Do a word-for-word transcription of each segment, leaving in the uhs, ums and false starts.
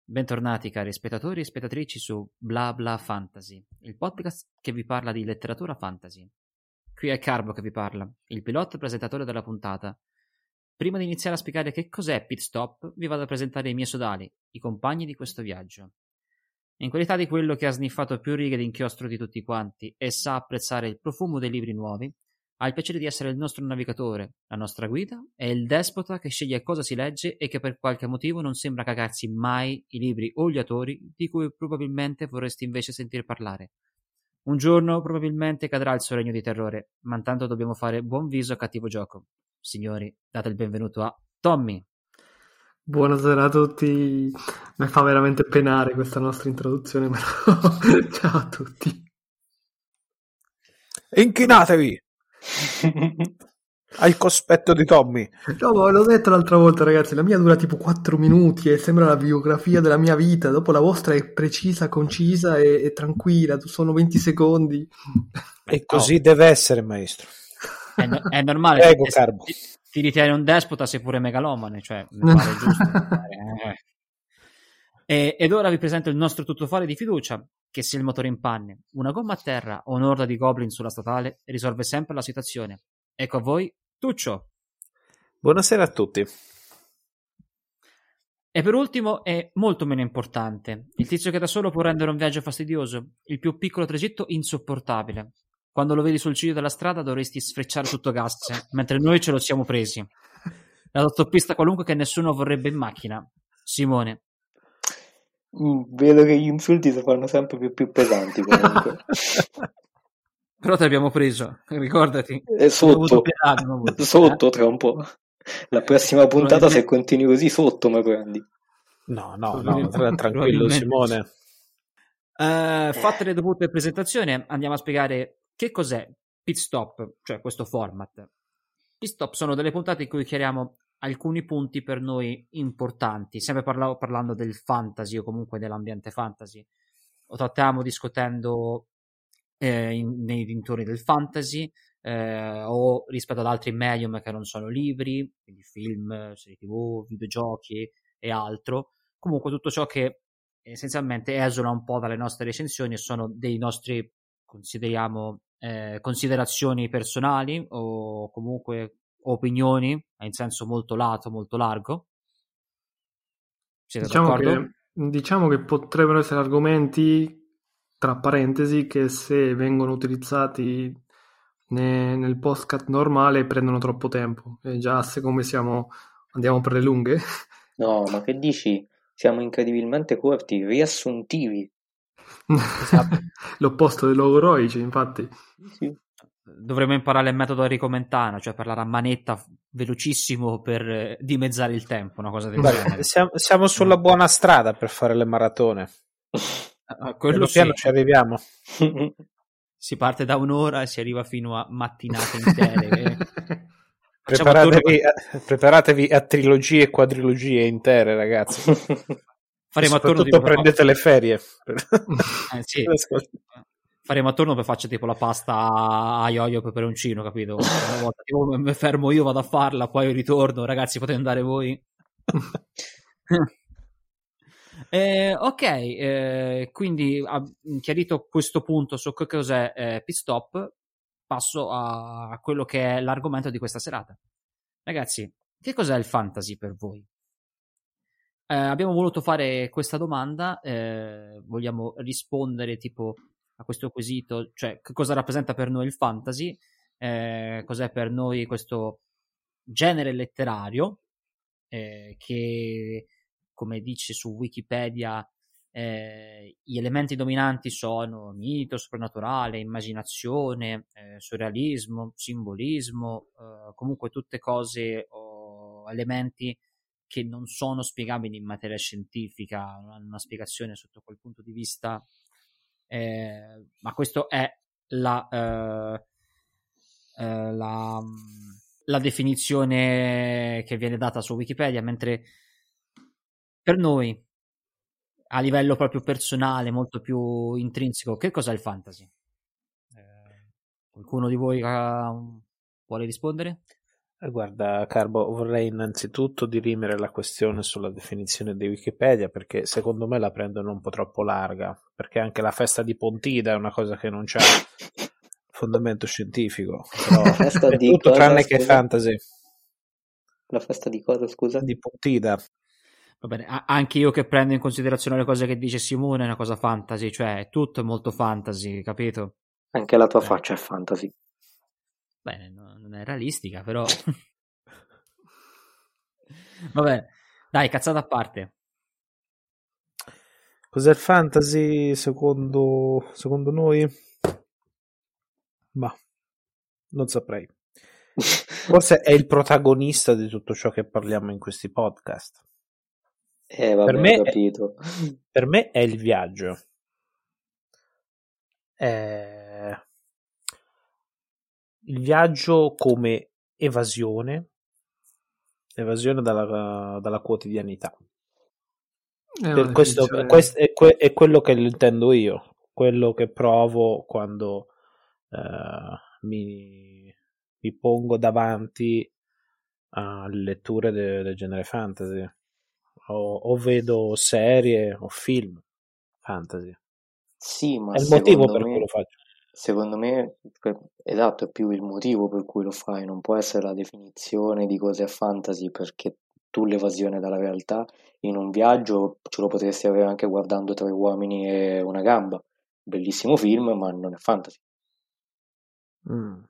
Bentornati cari spettatori e spettatrici su Bla Bla Fantasy, il podcast che vi parla di letteratura fantasy. Qui è Carbo che vi parla, il pilota e presentatore della puntata. Prima di iniziare a spiegare che cos'è Pit Stop, vi vado a presentare i miei sodali, i compagni di questo viaggio. In qualità di quello che ha sniffato più righe di inchiostro di tutti quanti e sa apprezzare il profumo dei libri nuovi, ha il piacere di essere il nostro navigatore, la nostra guida e il despota che sceglie cosa si legge e che per qualche motivo non sembra cagarsi mai i libri o gli autori di cui probabilmente vorresti invece sentire parlare. Un giorno probabilmente cadrà il suo regno di terrore, ma intanto dobbiamo fare buon viso a cattivo gioco. Signori, date il benvenuto a Tommy. Buonasera a tutti, mi fa veramente penare questa nostra introduzione, però ciao a tutti. Inchinatevi al cospetto di Tommy. No, ma l'ho detto l'altra volta, ragazzi, la mia dura tipo quattro minuti e sembra la biografia della mia vita. Dopo la vostra è precisa, concisa e, e tranquilla, sono venti secondi. E così oh. deve essere, maestro. È, no- è normale. Prego, ti, Carbo. Ti, ti ritieni un despota sei pure megalomane, cioè mi pare giusto. eh. e, ed ora vi presento il nostro tuttofare di fiducia, che sia il motore in panne, una gomma a terra o un'orda di goblin sulla statale risolve sempre la situazione. Ecco a voi Tuccio. Buonasera a tutti. E per ultimo, è molto meno importante, il tizio che da solo può rendere un viaggio fastidioso, il più piccolo tragitto insopportabile. Quando lo vedi sul ciglio della strada dovresti sfrecciare tutto gas, mentre noi ce lo siamo presi. L'autopista qualunque che nessuno vorrebbe in macchina. Simone. Mm, vedo che gli insulti si fanno sempre più, più pesanti comunque. Però ti abbiamo preso, ricordati. È sotto, piedade, sotto eh? Tra un po'. La prossima puntata, se continui così, sotto mi prendi. No, no, no, tranquillo Simone. Uh, fatte le dovute presentazioni, andiamo a spiegare che cos'è Pit Stop, cioè questo format. Pit Stop sono delle puntate in cui chiariamo alcuni punti per noi importanti, sempre parla- parlando del fantasy o comunque dell'ambiente fantasy. Lo trattiamo discutendo eh, in, nei dintorni del fantasy eh, o rispetto ad altri medium che non sono libri, quindi film, serie tv, videogiochi e altro. Comunque tutto ciò che essenzialmente esula un po' dalle nostre recensioni e sono dei nostri, consideriamo, eh, considerazioni personali o comunque opinioni in senso molto lato, molto largo. Siete diciamo d'accordo? Che, diciamo che potrebbero essere argomenti, tra parentesi, che se vengono utilizzati ne, nel podcast normale prendono troppo tempo. E già se come siamo andiamo per le lunghe. No, ma che dici? Siamo incredibilmente corti, riassuntivi. Esatto. L'opposto dei logoroici, infatti. Sì. Dovremmo imparare il metodo Enrico Mentana, cioè parlare a manetta velocissimo per eh, dimezzare il tempo, una cosa del Beh, genere. Siamo, siamo sulla buona strada per fare le maratone. Uh, quello piano piano sì. ci arriviamo. Si parte da un'ora e si arriva fino a mattinate intere. Preparatevi a, preparatevi a trilogie e quadrilogie intere, ragazzi. Faremo soprattutto attorno prendete per... le ferie. Eh, sì. Faremo attorno per faccio tipo la pasta a ioio peperoncino, capito? Una volta tipo, mi fermo io, vado a farla, poi ritorno, ragazzi potete andare voi. eh, ok, eh, quindi chiarito questo punto su che cos'è eh, Pit Stop, passo a quello che è l'argomento di questa serata. Ragazzi, che cos'è il fantasy per voi? Eh, abbiamo voluto fare questa domanda, eh, vogliamo rispondere tipo a questo quesito, cioè che cosa rappresenta per noi il fantasy, eh, cos'è per noi questo genere letterario eh, che, come dice su Wikipedia, eh, gli elementi dominanti sono mito, soprannaturale, immaginazione, eh, surrealismo, simbolismo, eh, comunque tutte cose o elementi che non sono spiegabili in materia scientifica, non hanno una spiegazione sotto quel punto di vista, eh, ma questo è la, eh, eh, la, la definizione che viene data su Wikipedia, mentre per noi a livello proprio personale, molto più intrinseco, che cos'è il fantasy? Eh, qualcuno di voi uh, vuole rispondere? Guarda, Carbo, vorrei innanzitutto dirimere la questione sulla definizione di Wikipedia, perché secondo me la prendono un po' troppo larga, perché anche la festa di Pontida è una cosa che non c'ha fondamento scientifico, però La festa è di tutto cosa, tranne che scusa? fantasy. La festa di cosa, scusa? Di Pontida. Va bene, a- anche io che prendo in considerazione le cose che dice Simone è una cosa fantasy, cioè tutto è molto fantasy, capito? Anche la tua Beh. faccia è fantasy. Bene, no, non è realistica, però... Vabbè, dai, cazzata a parte. Cos'è il fantasy secondo, secondo noi? Ma non saprei. Forse è il protagonista di tutto ciò che parliamo in questi podcast. Eh, vabbè, Per me, ho capito. È, per me è il viaggio. È il viaggio come evasione, evasione dalla, dalla quotidianità. Per questo, questo è, que- è quello che intendo io, quello che provo quando uh, mi, mi pongo davanti a letture del de genere fantasy o, o vedo serie o film fantasy. Sì, ma è il motivo per me, cui lo faccio. Secondo me, per, esatto, è più il motivo per cui lo fai, non può essere la definizione di cos'è fantasy, perché tu l'evasione dalla realtà in un viaggio ce lo potresti avere anche guardando Tre uomini e una gamba. Bellissimo film, ma non è fantasy. Mm.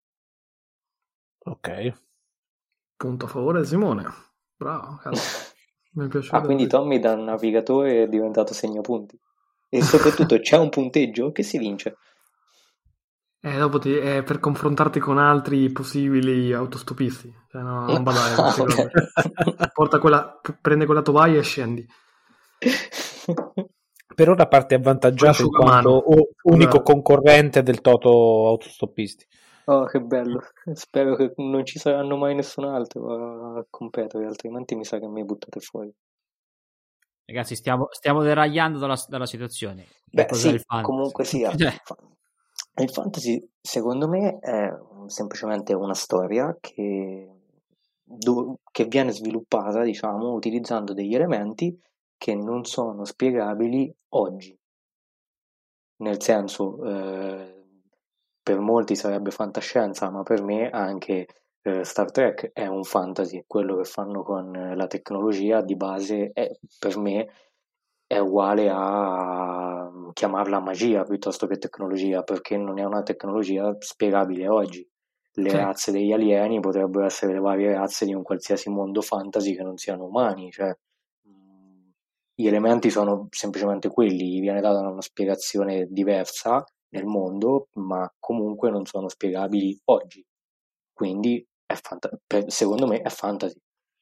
Ok. Punto a favore Simone. Bravo, mi piace. Ah, quindi Tommy da navigatore è diventato segnapunti. E soprattutto c'è un punteggio che si vince. E eh, dopo ti, eh, per confrontarti con altri possibili autostopisti. Cioè, no, non badare a queste cose. Porta quella, prende quella tovaglia e scendi. Per ora parte avvantaggiato in quanto unico concorrente del Toto autostoppisti. Oh, che bello. Spero che non ci saranno mai nessun altro a competere, altrimenti mi sa che mi buttate fuori. Ragazzi, stiamo, stiamo deragliando dalla, dalla situazione. Beh, sì, il comunque sia. Cioè. Il fantasy, secondo me, è semplicemente una storia che, do, che viene sviluppata, diciamo, utilizzando degli elementi che non sono spiegabili oggi. Nel senso, eh, per molti sarebbe fantascienza, ma per me anche eh, Star Trek è un fantasy. Quello che fanno con la tecnologia di base è, per me è uguale a chiamarla magia piuttosto che tecnologia, perché non è una tecnologia spiegabile oggi. Le sì. razze degli alieni potrebbero essere le varie razze di un qualsiasi mondo fantasy che non siano umani, cioè gli elementi sono semplicemente quelli, gli viene data una spiegazione diversa nel mondo, ma comunque non sono spiegabili oggi. Quindi è fanta- per, secondo me è fantasy.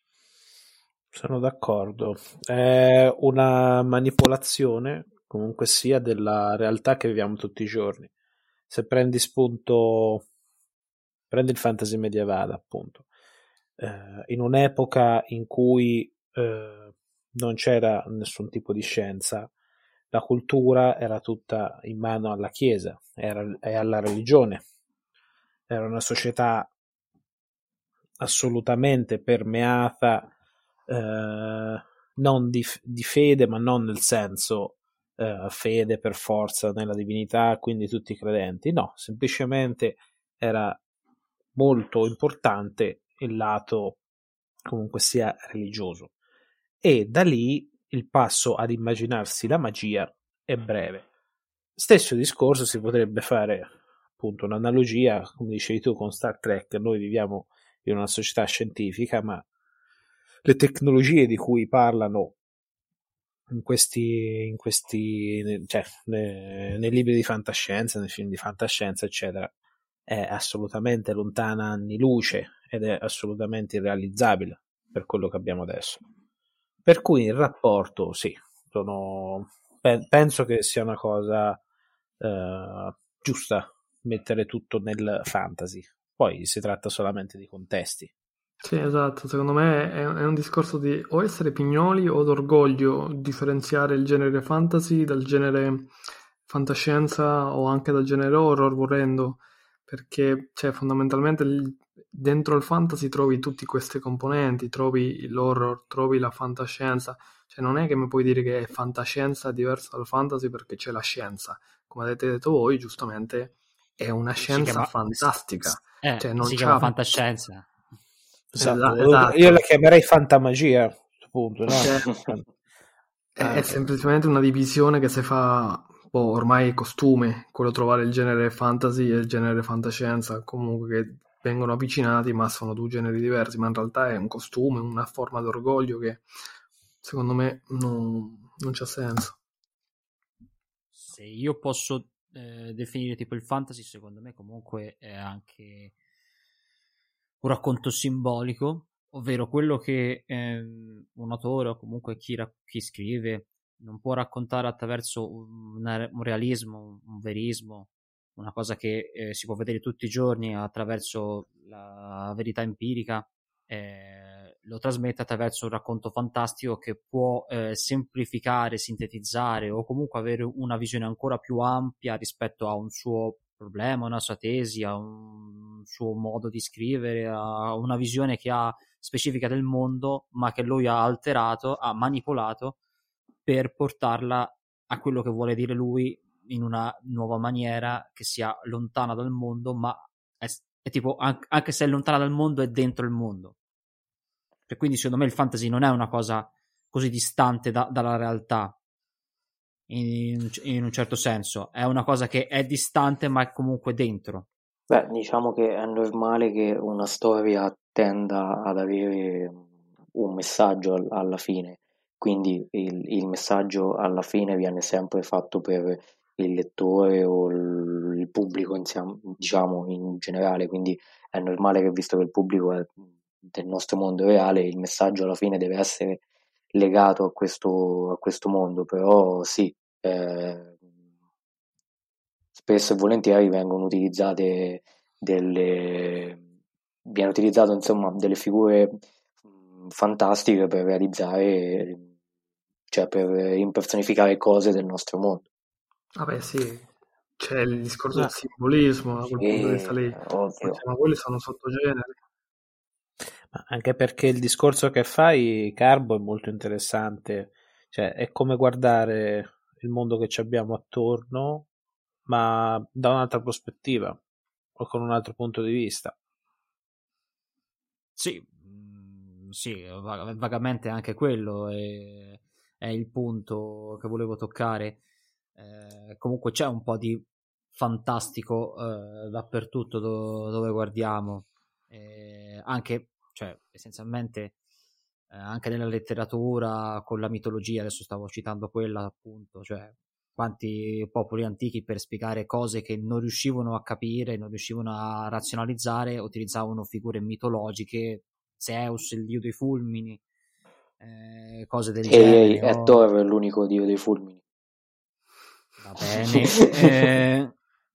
Sono d'accordo. È una manipolazione, comunque sia, della realtà che viviamo tutti i giorni. Se prendi spunto, prendi il fantasy medievale, appunto, eh, in un'epoca in cui eh, non c'era nessun tipo di scienza, la cultura era tutta in mano alla Chiesa era, e alla religione. Era una società assolutamente permeata eh, non di, di fede, ma non nel senso eh, fede per forza nella divinità, quindi tutti credenti. No, semplicemente era molto importante il lato comunque sia religioso. E da lì il passo ad immaginarsi la magia è breve. Stesso discorso si potrebbe fare, appunto, un'analogia, come dicevi tu, con Star Trek. Noi viviamo in una società scientifica, ma le tecnologie di cui parlano in questi, in questi cioè, nei, nei libri di fantascienza, nei film di fantascienza, eccetera, è assolutamente lontana anni luce ed è assolutamente irrealizzabile per quello che abbiamo adesso. Per cui il rapporto, sì, sono, penso che sia una cosa eh, giusta mettere tutto nel fantasy. Poi si tratta solamente di contesti. Sì, esatto, secondo me è, è un discorso di o essere pignoli o d'orgoglio differenziare il genere fantasy dal genere fantascienza o anche dal genere horror, volendo, perché cioè, fondamentalmente il, dentro il fantasy trovi tutte queste componenti, trovi l'horror, trovi la fantascienza, cioè non è che mi puoi dire che è fantascienza diversa dal fantasy perché c'è la scienza, come avete detto voi, giustamente è una scienza chiama, fantastica, eh, cioè non si c'ha... chiama fantascienza. Esatto. Esatto. Io la chiamerei fantamagia a questo punto, no? Cioè, è, è semplicemente una divisione che si fa, boh, ormai è costume, quello trovare il genere fantasy e il genere fantascienza, comunque che vengono avvicinati ma sono due generi diversi, ma in realtà è un costume, una forma d'orgoglio che secondo me non, non c'ha senso. Se io posso eh, definire tipo il fantasy, secondo me comunque è anche un racconto simbolico, ovvero quello che ehm, un autore o comunque chi, ra- chi scrive non può raccontare attraverso un, un realismo, un verismo, una cosa che eh, si può vedere tutti i giorni attraverso la verità empirica, eh, lo trasmette attraverso un racconto fantastico che può eh, semplificare, sintetizzare o comunque avere una visione ancora più ampia rispetto a un suo problema, una sua tesi, a un suo modo di scrivere, a una visione che ha specifica del mondo, ma che lui ha alterato, ha manipolato per portarla a quello che vuole dire lui in una nuova maniera che sia lontana dal mondo, ma è, è tipo, anche se è lontana dal mondo, è dentro il mondo. E quindi secondo me il fantasy non è una cosa così distante da, dalla realtà. In, in un certo senso è una cosa che è distante ma è comunque dentro. Beh, diciamo che è normale che una storia tenda ad avere un messaggio alla fine, quindi il, il messaggio alla fine viene sempre fatto per il lettore o il pubblico insieme, diciamo in generale, quindi è normale che visto che il pubblico è del nostro mondo reale, il messaggio alla fine deve essere legato a questo, a questo mondo, però sì, eh, spesso e volentieri vengono utilizzate delle viene utilizzato insomma delle figure mh, fantastiche per realizzare, cioè per impersonificare cose del nostro mondo. Vabbè sì, c'è il discorso del simbolismo da quel e, punto di vista lì, ovvio. ma quelli sono sottogeneri. Ma anche perché il discorso che fai, Carbo, è molto interessante, cioè è come guardare il mondo che ci abbiamo attorno, ma da un'altra prospettiva o con un altro punto di vista. Sì, sì, vagamente anche quello è, è il punto che volevo toccare. Eh, comunque c'è un po' di fantastico eh, dappertutto do, dove guardiamo, eh, anche, cioè, essenzialmente eh, anche nella letteratura con la mitologia. Adesso stavo citando quella, appunto, cioè quanti popoli antichi per spiegare cose che non riuscivano a capire, non riuscivano a razionalizzare, utilizzavano figure mitologiche, Zeus, il dio dei fulmini, eh, cose del ehi, genere. Ehi, è Thor l'unico dio dei fulmini. Va bene, eh,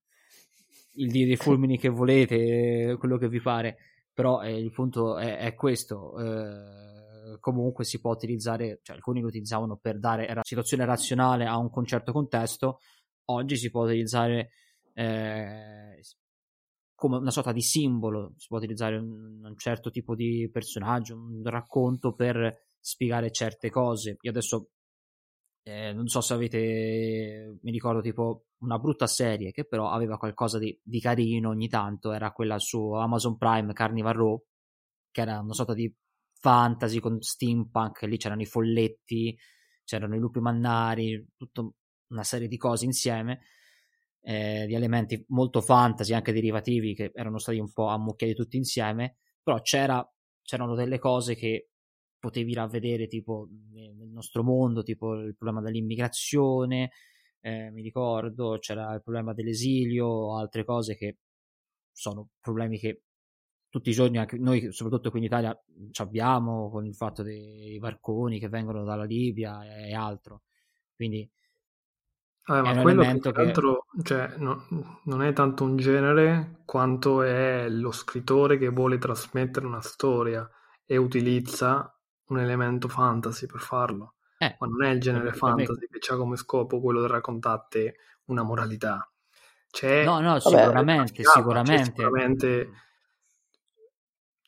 il dio dei fulmini che volete, quello che vi pare, però eh, il punto è, è questo. Eh, comunque si può utilizzare, cioè alcuni lo utilizzavano per dare ra- situazione razionale a un certo contesto, oggi si può utilizzare eh, come una sorta di simbolo, si può utilizzare un, un certo tipo di personaggio, un racconto per spiegare certe cose. Io adesso Eh, non so se avete, mi ricordo tipo una brutta serie che però aveva qualcosa di, di carino ogni tanto, era quella su Amazon Prime, Carnival Row, che era una sorta di fantasy con steampunk, lì c'erano i folletti, c'erano i lupi mannari, tutta una serie di cose insieme, eh, di elementi molto fantasy, anche derivativi, che erano stati un po' ammucchiati tutti insieme, però c'era, c'erano delle cose che potevi ravvedere tipo nel nostro mondo, tipo il problema dell'immigrazione, eh, mi ricordo c'era il problema dell'esilio, altre cose che sono problemi che tutti i giorni anche noi, soprattutto qui in Italia, ci abbiamo, con il fatto dei barconi che vengono dalla Libia e altro, quindi Vabbè, è ma un quello elemento più che che altro, cioè, no- non è tanto un genere quanto è lo scrittore che vuole trasmettere una storia e utilizza un elemento fantasy per farlo. eh, Ma non è il genere per, per me fantasy che ha come scopo quello di raccontarti una moralità. C'è no, no, Vabbè, una sicuramente, fiaba, c'è sicuramente sicuramente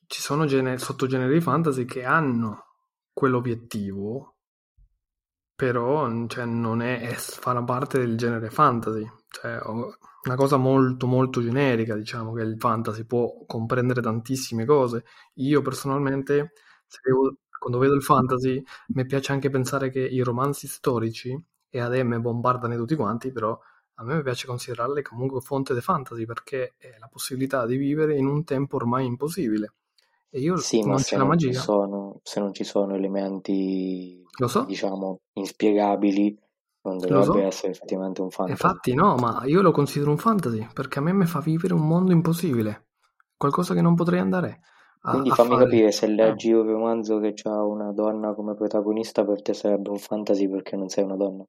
ci sono gene- sottogeneri di fantasy che hanno quell'obiettivo, però cioè, non è, è fa parte del genere fantasy, cioè una cosa molto molto generica, diciamo, che il fantasy può comprendere tantissime cose. Io personalmente, se devo, quando vedo il fantasy, mi piace anche pensare che i romanzi storici, e ad me bombardano tutti quanti, però a me piace considerarle comunque fonte di fantasy, perché è la possibilità di vivere in un tempo ormai impossibile. E io Sì, ma non se c'è la non ci magia. sono, se non ci sono elementi, Lo so, diciamo, inspiegabili, non lo dovrebbe so. essere effettivamente un fantasy. Infatti no, ma io lo considero un fantasy, perché a me mi fa vivere un mondo impossibile, qualcosa che non potrei andare a, Quindi a fammi fare. capire, se leggi un romanzo che ha una donna come protagonista, per te sarebbe un fantasy perché non sei una donna?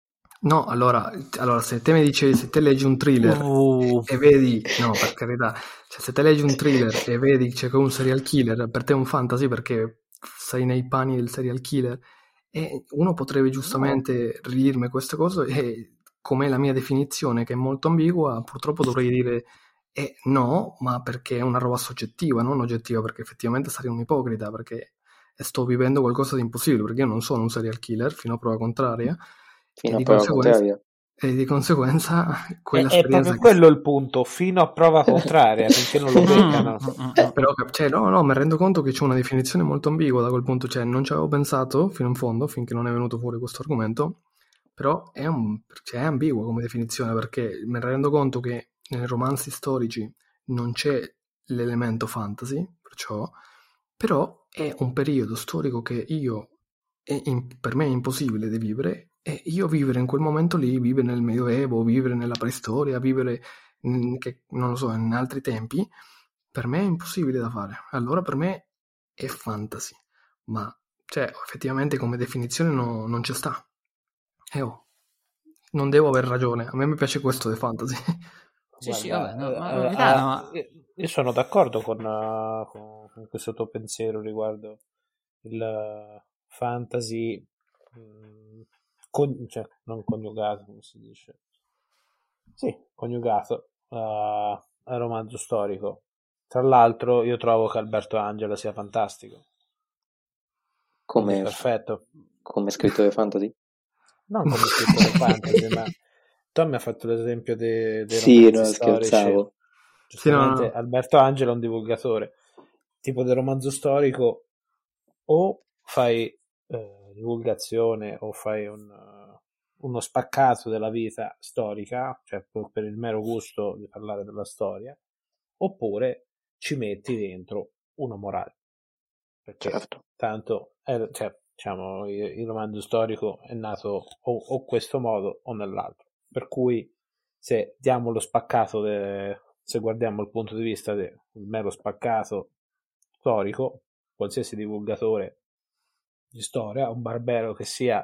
No, allora, allora se te mi dicevi, se te leggi un thriller Uh. e vedi, no, per carità, cioè se te leggi un thriller e vedi c'è un serial killer, per te è un fantasy perché sei nei panni del serial killer, e uno potrebbe giustamente dirmi queste cose, e com'è la mia definizione, che è molto ambigua, purtroppo dovrei dire eh, no, ma perché è una roba soggettiva, non oggettiva, perché effettivamente sarei un ipocrita, perché sto vivendo qualcosa di impossibile, perché io non sono un serial killer, fino a prova contraria, Fino e a di prova conseguenza, contraria? e di conseguenza È, quella è proprio esperienza che... quello il punto, fino a prova contraria, finché non lo beccano. Eh, però, cioè, no, no, mi rendo conto che c'è una definizione molto ambigua da quel punto, cioè non ci avevo pensato fino in fondo, finché non è venuto fuori questo argomento, però è, un, cioè, è ambigua come definizione, perché mi rendo conto che nei romanzi storici non c'è l'elemento fantasy, perciò, però è un periodo storico che io, è in- per me è impossibile di vivere, e io vivere in quel momento lì, vivere nel Medioevo, vivere nella preistoria, vivere in, che, non lo so, in altri tempi, per me è impossibile da fare. Allora per me è fantasy, ma cioè, effettivamente come definizione no, non ci sta. E oh, non devo aver ragione, a me mi piace questo di fantasy. Sì, sì, Guarda, vabbè, no, ma, eh, ma, eh, no, ma- eh, io sono d'accordo con, eh, con- con questo tuo pensiero riguardo il eh, fantasy, mh, con- cioè, non coniugato, come si dice? Sì, coniugato eh, al romanzo storico. Tra l'altro, io trovo che Alberto Angela sia fantastico. Quindi Come, perfetto. come scrittore fantasy? Non come scrittore fantasy, ma Tom mi ha fatto l'esempio dei, dei Sì, romanzi no, storici. scherzavo. Giustamente, Sì, no, no. Alberto Angela è un divulgatore. Tipo del romanzo storico, o fai eh, divulgazione o fai un, uh, uno spaccato della vita storica, cioè per il mero gusto di parlare della storia, oppure ci metti dentro una morale. Perché Certo. tanto è, cioè, diciamo, il, il romanzo storico è nato o, o questo modo o nell'altro. Per cui se diamo lo spaccato, de, se guardiamo il punto di vista del mero spaccato storico, qualsiasi divulgatore di storia, un barbero che sia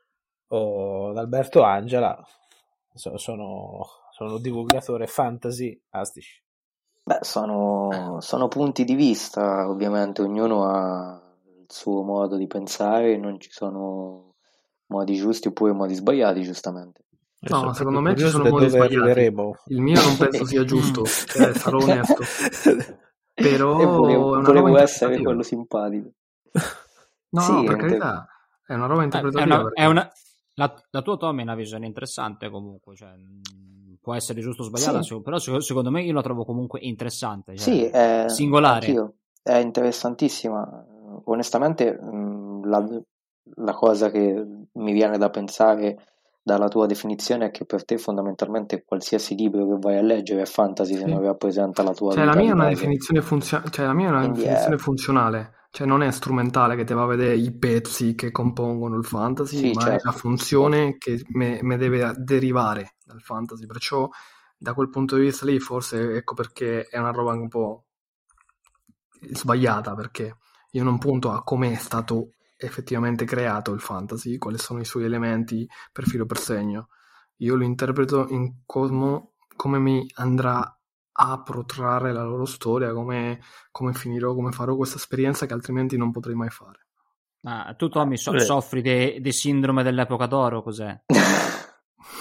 o Alberto Angela, so, sono, sono divulgatore fantasy astici. Beh, sono, sono punti di vista, ovviamente, ognuno ha il suo modo di pensare, non ci sono modi giusti oppure modi sbagliati, giustamente. Io No, sono ma secondo proprio me ci curioso sono da modi dove sbagliati. arriveremo. Il mio non penso sia giusto, cioè, sarò onesto. Però E volevo, è una roba volevo essere interpretativa. quello simpatico. No, Sì, no, è per inter- carità, è una roba È interpretativa una, è perché... una, la, la tua Tommy è una visione interessante comunque, cioè, mh, può essere giusto o sbagliata, sì, se- però se- secondo me io la trovo comunque interessante, cioè, sì, è- singolare. anch'io. È interessantissima. Onestamente, mh, la, la cosa che mi viene da pensare dalla tua definizione è che per te fondamentalmente qualsiasi libro che vai a leggere è fantasy se Sì. non rappresenta la tua Cioè, la vita mia di è una base. definizione funzio- cioè, la mia è una Quindi è... definizione funzionale, cioè non è strumentale che ti va a vedere i pezzi che compongono il fantasy, Sì, ma è la certo, funzione che me, me deve derivare dal fantasy. Perciò, da quel punto di vista lì, forse ecco perché è una roba un po' sbagliata, perché io non punto a come è stato effettivamente creato il fantasy, quali sono i suoi elementi per filo per segno. Io lo interpreto in Cosmo come mi andrà a protrarre la loro storia, come, come finirò, come farò questa esperienza che altrimenti non potrei mai fare. Ma tu Tommy so- Eh. soffri di de sindrome dell'epoca d'oro, cos'è?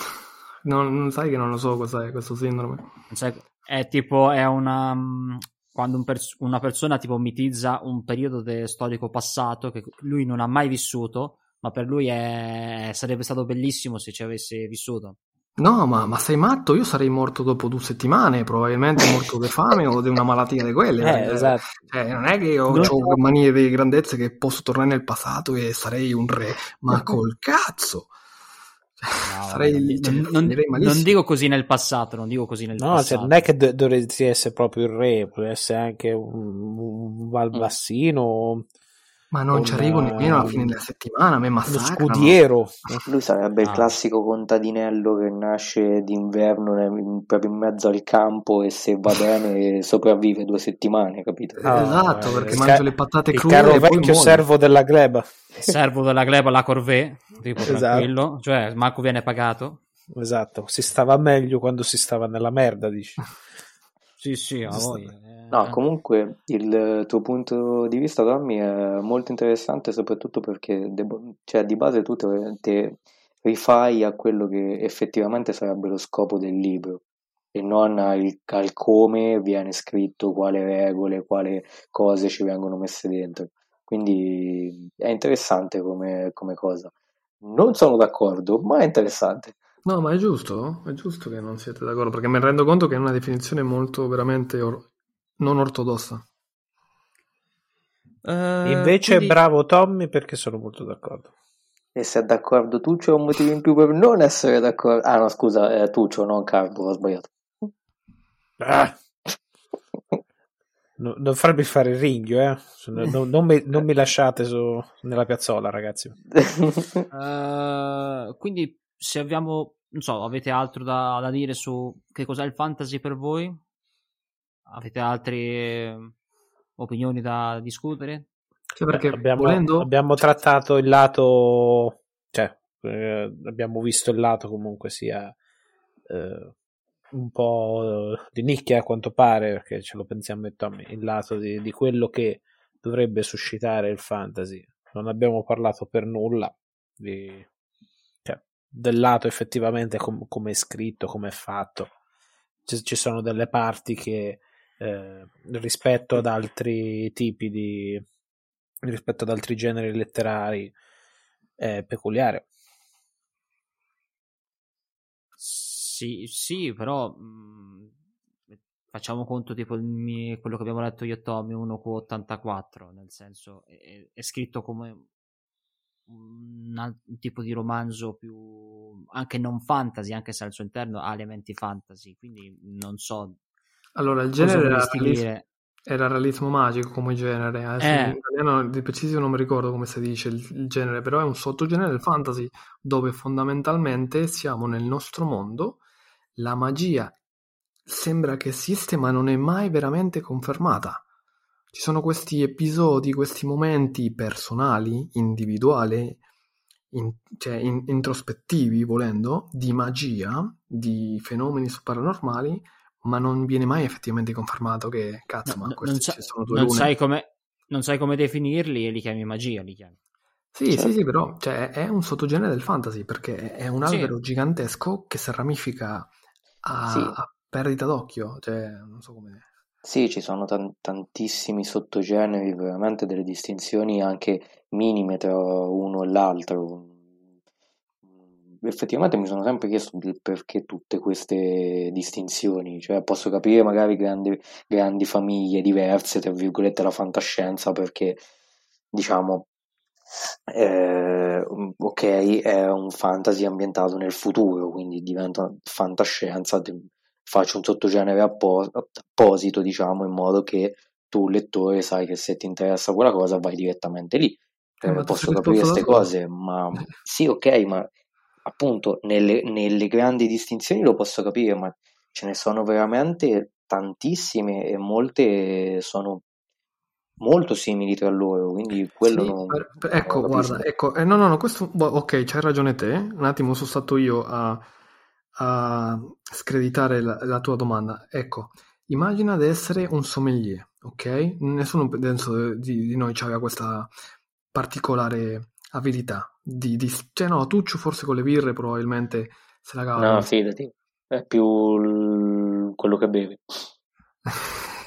Non, non sai che non lo so cos'è questo sindrome? Non sai- È tipo, è una, mh, quando un pers- una persona tipo mitizza un periodo de- storico passato che lui non ha mai vissuto, ma per lui è... sarebbe stato bellissimo se ci avesse vissuto. No, ma, ma sei matto? Io sarei morto dopo due settimane, probabilmente morto di fame o di una malattia di quelle. Eh, perché, esatto. cioè, non è che io Non- ho manie di grandezza che posso tornare nel passato e sarei un re, ma col cazzo! No, sarei, non, di- cioè, non- non- finirei malissimo. non dico così nel passato, non dico così nel No, passato. cioè, non è che do- dovresti essere proprio il re, può essere anche un, un Valbassino, Ma non un, ci arrivo nemmeno alla uh, fine della settimana, a me uno massacrano. scudiero. Lui sarebbe il Ah. classico contadinello che nasce d'inverno nel- in- proprio in mezzo al campo e se va bene sopravvive due settimane, capito? Eh, esatto, eh, perché il mangio ca- le patate il crude caro e poi vecchio muoio. servo della gleba. Servo della gleba la corvée, tipo Esatto. tranquillo, cioè manco viene pagato. Esatto, si stava meglio quando si stava nella merda, dici. Sì, sì, a Giusto. voi. eh. No, comunque il tuo punto di vista, Tommy, è molto interessante soprattutto perché debo- cioè, di base tu te, te rifai a quello che effettivamente sarebbe lo scopo del libro e non al, al come viene scritto, quale regole, quale cose ci vengono messe dentro. Quindi è interessante come, come cosa. Non sono d'accordo, ma è interessante. No, ma è giusto, è giusto che non siete d'accordo, perché mi rendo conto che è una definizione molto veramente or- non ortodossa. Eh, Invece quindi- bravo Tommy, perché sono molto d'accordo. E se è d'accordo Tuccio, è un motivo in più per non essere d'accordo. Ah no, scusa, è Tuccio, non Carbo, ho sbagliato. Ah, no- non farmi fare il ringhio, eh. Non, non- non mi, non mi lasciate su, nella piazzola, ragazzi. Eh, quindi se abbiamo, non so, avete altro da, da dire su che cos'è il fantasy per voi? Avete altre eh, opinioni da discutere? Cioè, perché abbiamo, volendo... abbiamo trattato il lato, cioè, eh, abbiamo visto il lato comunque sia eh, un po' eh, di nicchia a quanto pare, perché ce lo pensiamo e Tommy, il lato di, di quello che dovrebbe suscitare il fantasy. Non abbiamo parlato per nulla di, cioè, del lato effettivamente com- come è scritto, come è fatto. C- ci sono delle parti che eh, rispetto ad altri tipi di rispetto ad altri generi letterari è peculiare. Sì, sì, però mh, facciamo conto tipo il mio- quello che abbiamo letto io e Tommy, uno Q ottantaquattro, nel senso è, è scritto come un, al- un tipo di romanzo più anche non fantasy, anche se al suo interno ha elementi fantasy, quindi non so Allora, il cosa genere era vorresti realismo, dire. era realismo magico come genere. Adesso Eh. in italiano di preciso non mi ricordo come si dice il, il genere, però è un sottogenere del fantasy dove fondamentalmente siamo nel nostro mondo, la magia sembra che esiste ma non è mai veramente confermata. Ci sono questi episodi, questi momenti personali, individuali, in- cioè in- introspettivi, volendo, di magia, di fenomeni paranormali, ma non viene mai effettivamente confermato che, cazzo, No, ma no, queste non, sa- ci sono due non lune. sai come non sai come definirli e li chiami magia, li chiami. Sì, Certo. sì, sì, però cioè, è un sottogenere del fantasy, perché è un Sì. albero gigantesco che si ramifica a, Sì. a perdita d'occhio, cioè, non so come... Sì, ci sono tan- tantissimi sottogeneri, veramente delle distinzioni anche minime tra uno e l'altro. Mm, Effettivamente mi sono sempre chiesto il perché tutte queste distinzioni, cioè posso capire magari grandi, grandi famiglie diverse, tra virgolette, la fantascienza, perché diciamo, eh, ok, è un fantasy ambientato nel futuro, quindi diventa fantascienza, te- faccio un sottogenere appo- apposito, diciamo, in modo che tu, lettore, sai che se ti interessa quella cosa vai direttamente lì. Eh, Eh, ma ti posso sei capire risposto da queste solo. cose, ma sì, ok, ma appunto nelle, nelle grandi distinzioni lo posso capire, ma ce ne sono veramente tantissime e molte sono molto simili tra loro, quindi quello Sì, non, per- per- non lo ecco, guarda, capisco. ecco, eh, no, no, no, questo, boh, ok, c'hai ragione te, un attimo sono stato io a, a screditare la, la tua domanda. Ecco, immagina di essere un sommelier, ok? Nessuno penso di, di noi aveva questa particolare abilità, di, di- cioè no, Tuccio forse con le birre probabilmente se la cava No, benissimo. fidati, è più il- quello che bevi.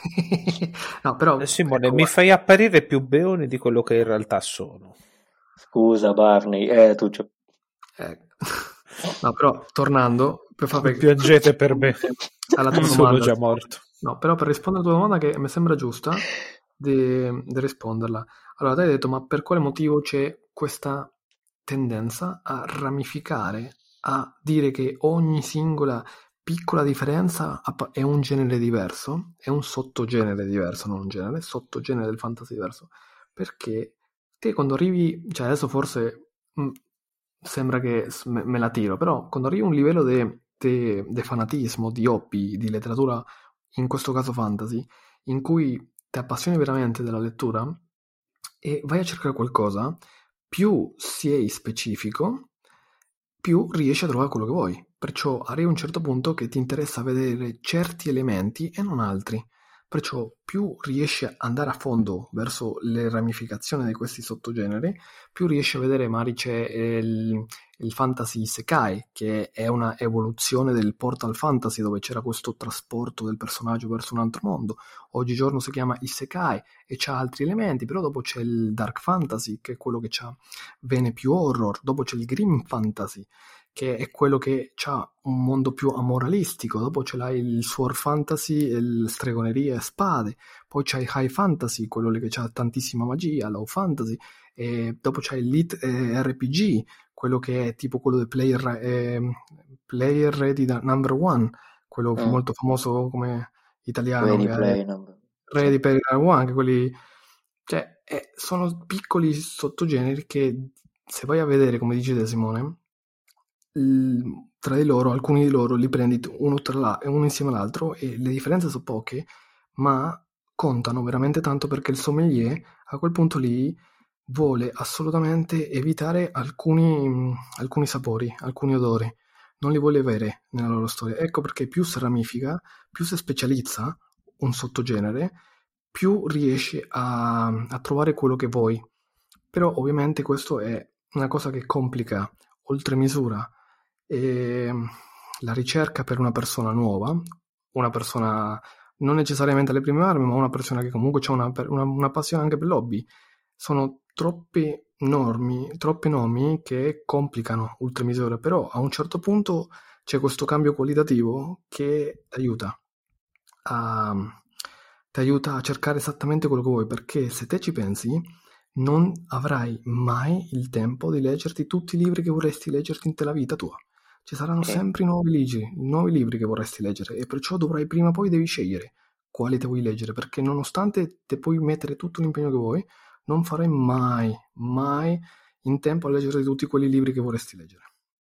No, però Eh, Simone, ecco, mi fai apparire più beoni di quello che in realtà sono. Scusa Barney, eh, tu c'è... eh, no, però tornando, per fare Piangete per me, alla tua sono domanda, già morto. no, però per rispondere alla tua domanda che mi sembra giusta di, di risponderla. Allora, te hai detto, ma per quale motivo c'è questa tendenza a ramificare, a dire che ogni singola piccola differenza app- è un genere diverso, è un sottogenere diverso, non un genere, sottogenere del fantasy diverso? Perché te quando arrivi, cioè adesso forse mh, sembra che s- me, me la tiro, però quando arrivi a un livello di fanatismo, di hobby, di letteratura, in questo caso fantasy, in cui ti appassioni veramente della lettura e vai a cercare qualcosa, più sei specifico, più riesci a trovare quello che vuoi. Perciò arrivi a un certo punto che ti interessa vedere certi elementi e non altri. Perciò più riesci ad andare a fondo verso le ramificazioni di questi sottogeneri, più riesci a vedere, magari c'è il, il fantasy isekai, che è una evoluzione del portal fantasy, dove c'era questo trasporto del personaggio verso un altro mondo. Oggigiorno si chiama isekai e c'ha altri elementi, però dopo c'è il dark fantasy, che è quello che ha vene più horror, dopo c'è il grim fantasy, che è quello che ha un mondo più amoralistico, dopo ce l'hai il sword fantasy, il stregoneria e spade, poi c'hai il high fantasy, quello lì che ha tantissima magia, low fantasy, e dopo c'hai il lit eh, R P G, quello che è tipo quello del player, eh, player ready number one, quello Mm. molto famoso come italiano, Ready che è Play Number. Ready Sì. Player One, anche quelli, cioè, eh, sono piccoli sottogeneri che, se vai a vedere, come dice te Simone, l- tra di loro, alcuni di loro li prendi uno, tra la- uno insieme all'altro e le differenze sono poche, ma contano veramente tanto, perché il sommelier a quel punto lì vuole assolutamente evitare alcuni, mh, alcuni sapori, alcuni odori, non li vuole avere nella loro storia. Ecco perché più si ramifica, più si specializza un sottogenere, più riesci a, a trovare quello che vuoi. Però ovviamente questo è una cosa che complica oltre misura e la ricerca per una persona nuova, una persona non necessariamente alle prime armi, ma una persona che comunque ha una, una, una passione anche per l'hobby. Sono troppi normi, troppi nomi che complicano oltre misura, però a un certo punto c'è questo cambio qualitativo che ti aiuta a, ti aiuta a cercare esattamente quello che vuoi, perché se te ci pensi non avrai mai il tempo di leggerti tutti i libri che vorresti leggerti in te la vita tua. Ci saranno Sì. sempre nuovi libri, nuovi libri che vorresti leggere, e perciò dovrai prima o poi devi scegliere quali te vuoi leggere, perché nonostante te puoi mettere tutto l'impegno che vuoi, non farai mai, mai in tempo a leggere tutti quelli libri che vorresti leggere.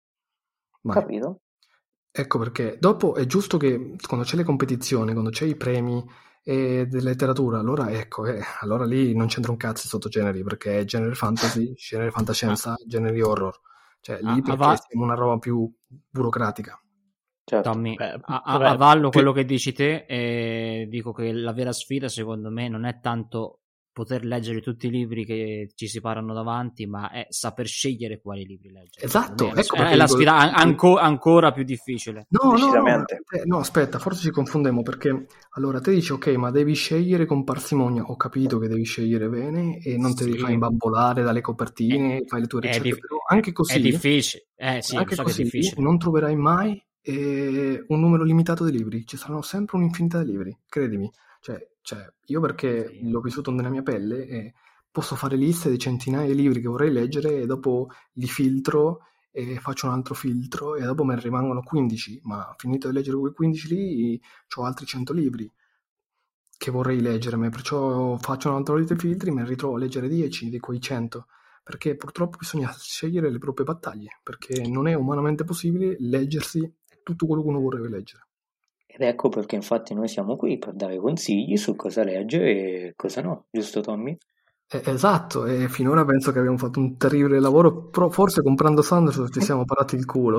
Mai. Capito? Ecco perché dopo è giusto che quando c'è le competizioni, quando c'è i premi eh, della letteratura, allora ecco, eh, allora lì non c'entra un cazzo i sottogeneri, perché è genere fantasy, genere fantascienza, generi horror. Cioè lì A, a perché va- siamo una roba più burocratica. Certo. Tommy, Beh, a, a- vabbè, avallo più- quello che dici te e dico che la vera sfida secondo me non è tanto poter leggere tutti i libri che ci si parano davanti, ma è saper scegliere quali libri leggere. Esatto, Secondo me ecco è, perché è la dico- sfida an- anco- ancora più difficile. No, no, no, Decisamente. eh, no, aspetta, forse ci confondemmo, perché allora te dici ok, ma devi scegliere con parsimonia. Ho capito che devi scegliere bene e non te devi fare Sì, imbambolare dalle è, copertine, fai le tue è ricerche, dif- però anche è così, difficile. Eh sì, lo anche so che è così difficile. non troverai mai eh, un numero limitato di libri, ci saranno sempre un'infinità di libri, credimi. Cioè, cioè, io perché Sì. l'ho vissuto nella mia pelle e posso fare liste di centinaia di libri che vorrei leggere e dopo li filtro e faccio un altro filtro e dopo me ne rimangono quindici, ma finito di leggere quei quindici lì ho altri cento libri che vorrei leggermi, perciò faccio un altro di filtri e me ne ritrovo a leggere dieci di quei cento, perché purtroppo bisogna scegliere le proprie battaglie, perché non è umanamente possibile leggersi tutto quello che uno vorrebbe leggere. Ed ecco perché infatti noi siamo qui per dare consigli su cosa leggere e cosa no, giusto Tommy? Eh, esatto, e finora penso che abbiamo fatto un terribile lavoro, però forse comprando Sanderson ci siamo parati il culo.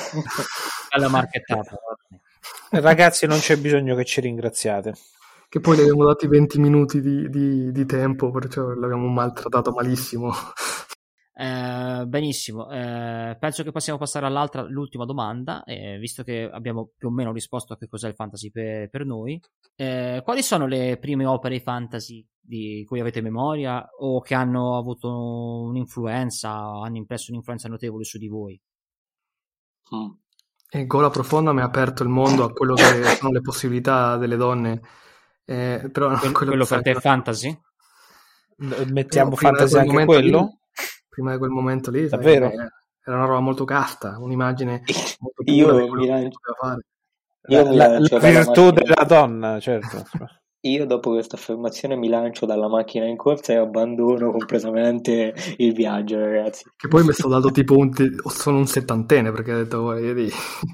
Bella marchettata. Ragazzi, non c'è bisogno che ci ringraziate. Che poi le abbiamo dati venti minuti di, di, di tempo, perciò l'abbiamo maltrattato malissimo. Eh, benissimo, eh, penso che possiamo passare all'altra, l'ultima domanda, eh, visto che abbiamo più o meno risposto a che cos'è il fantasy per, per noi. Eh, quali sono le prime opere fantasy di cui avete memoria o che hanno avuto un'influenza, hanno impresso un'influenza notevole su di voi? Mm. E Gola Profonda mi ha aperto il mondo a quello che sono le possibilità delle donne. Eh, però quello, quello, quello per te è fantasy? Mettiamo eh, fantasy anche quello? Lì, prima di quel momento lì, davvero? Sai, era una roba molto casta, un'immagine molto pura io di quello mi che lancio, poteva fare. Io la, la, la virtù della donna, certo. Io dopo questa affermazione mi lancio dalla macchina in corsa e abbandono completamente il viaggio, ragazzi. Che poi mi è stato dato tipo un te- sono un settantenne, perché ha detto vedi.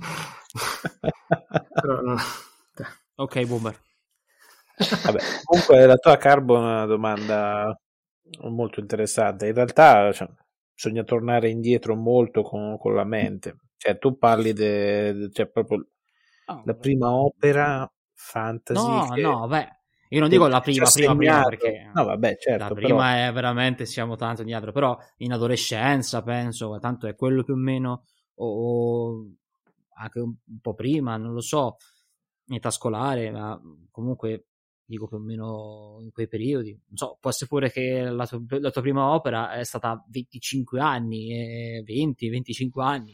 Però, no. Ok, boomer. Vabbè, comunque la tua Carbo è una domanda molto interessante. In realtà, cioè, bisogna tornare indietro molto con, con la mente. Cioè, tu parli de, cioè, proprio oh, la prima opera fantasy. No, che, no, beh, io non dico la prima, prima, prima, perché no, vabbè, certo, la prima però... è veramente, siamo tanto indietro, però in adolescenza penso, tanto è quello più o meno, o, o anche un, un po' prima, non lo so, in età scolare, ma comunque dico più o meno in quei periodi. Non so, può essere pure che la tua, la tua prima opera è stata venticinque anni, venti venticinque anni.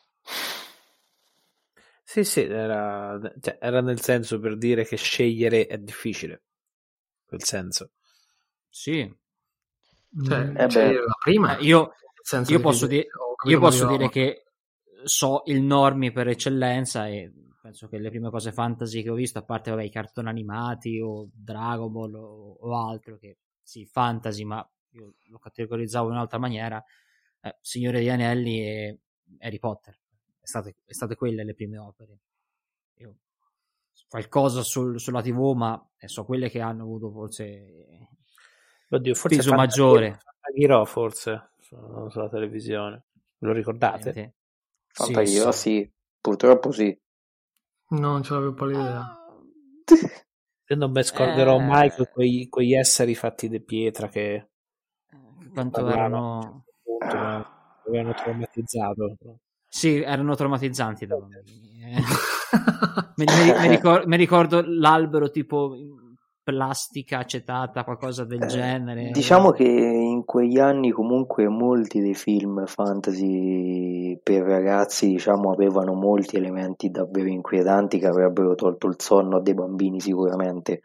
Sì, sì, era, cioè, era nel senso per dire che scegliere è difficile, quel senso. Sì. Cioè, eh cioè la prima eh, io, senso io posso, di- io posso dire che che so il normie per eccellenza e penso che le prime cose fantasy che ho visto, a parte vabbè, i cartoni animati o Dragon Ball o, o altro, che sì, fantasy, ma io lo categorizzavo in un'altra maniera, eh, Signore degli Anelli e Harry Potter. È state, è state quelle le prime opere. Io, qualcosa sul, sulla tivù, ma eh, so quelle che hanno avuto forse Oddio, forse peso maggiore. Fantagiro forse su, sulla televisione. Lo ricordate? Fantagiro, sì, sì, purtroppo sì. non ce l'avevo pallida idea. Io non mi scorderò eh, mai quei, quegli esseri fatti di pietra che quanto erano punto, no? Avevano traumatizzato. sì, erano traumatizzanti da me. mi, mi, mi, ricordo, mi ricordo l'albero tipo plastica acetata, qualcosa del eh, genere. Diciamo che in quegli anni comunque molti dei film fantasy per ragazzi, diciamo, avevano molti elementi davvero inquietanti che avrebbero tolto il sonno a dei bambini sicuramente.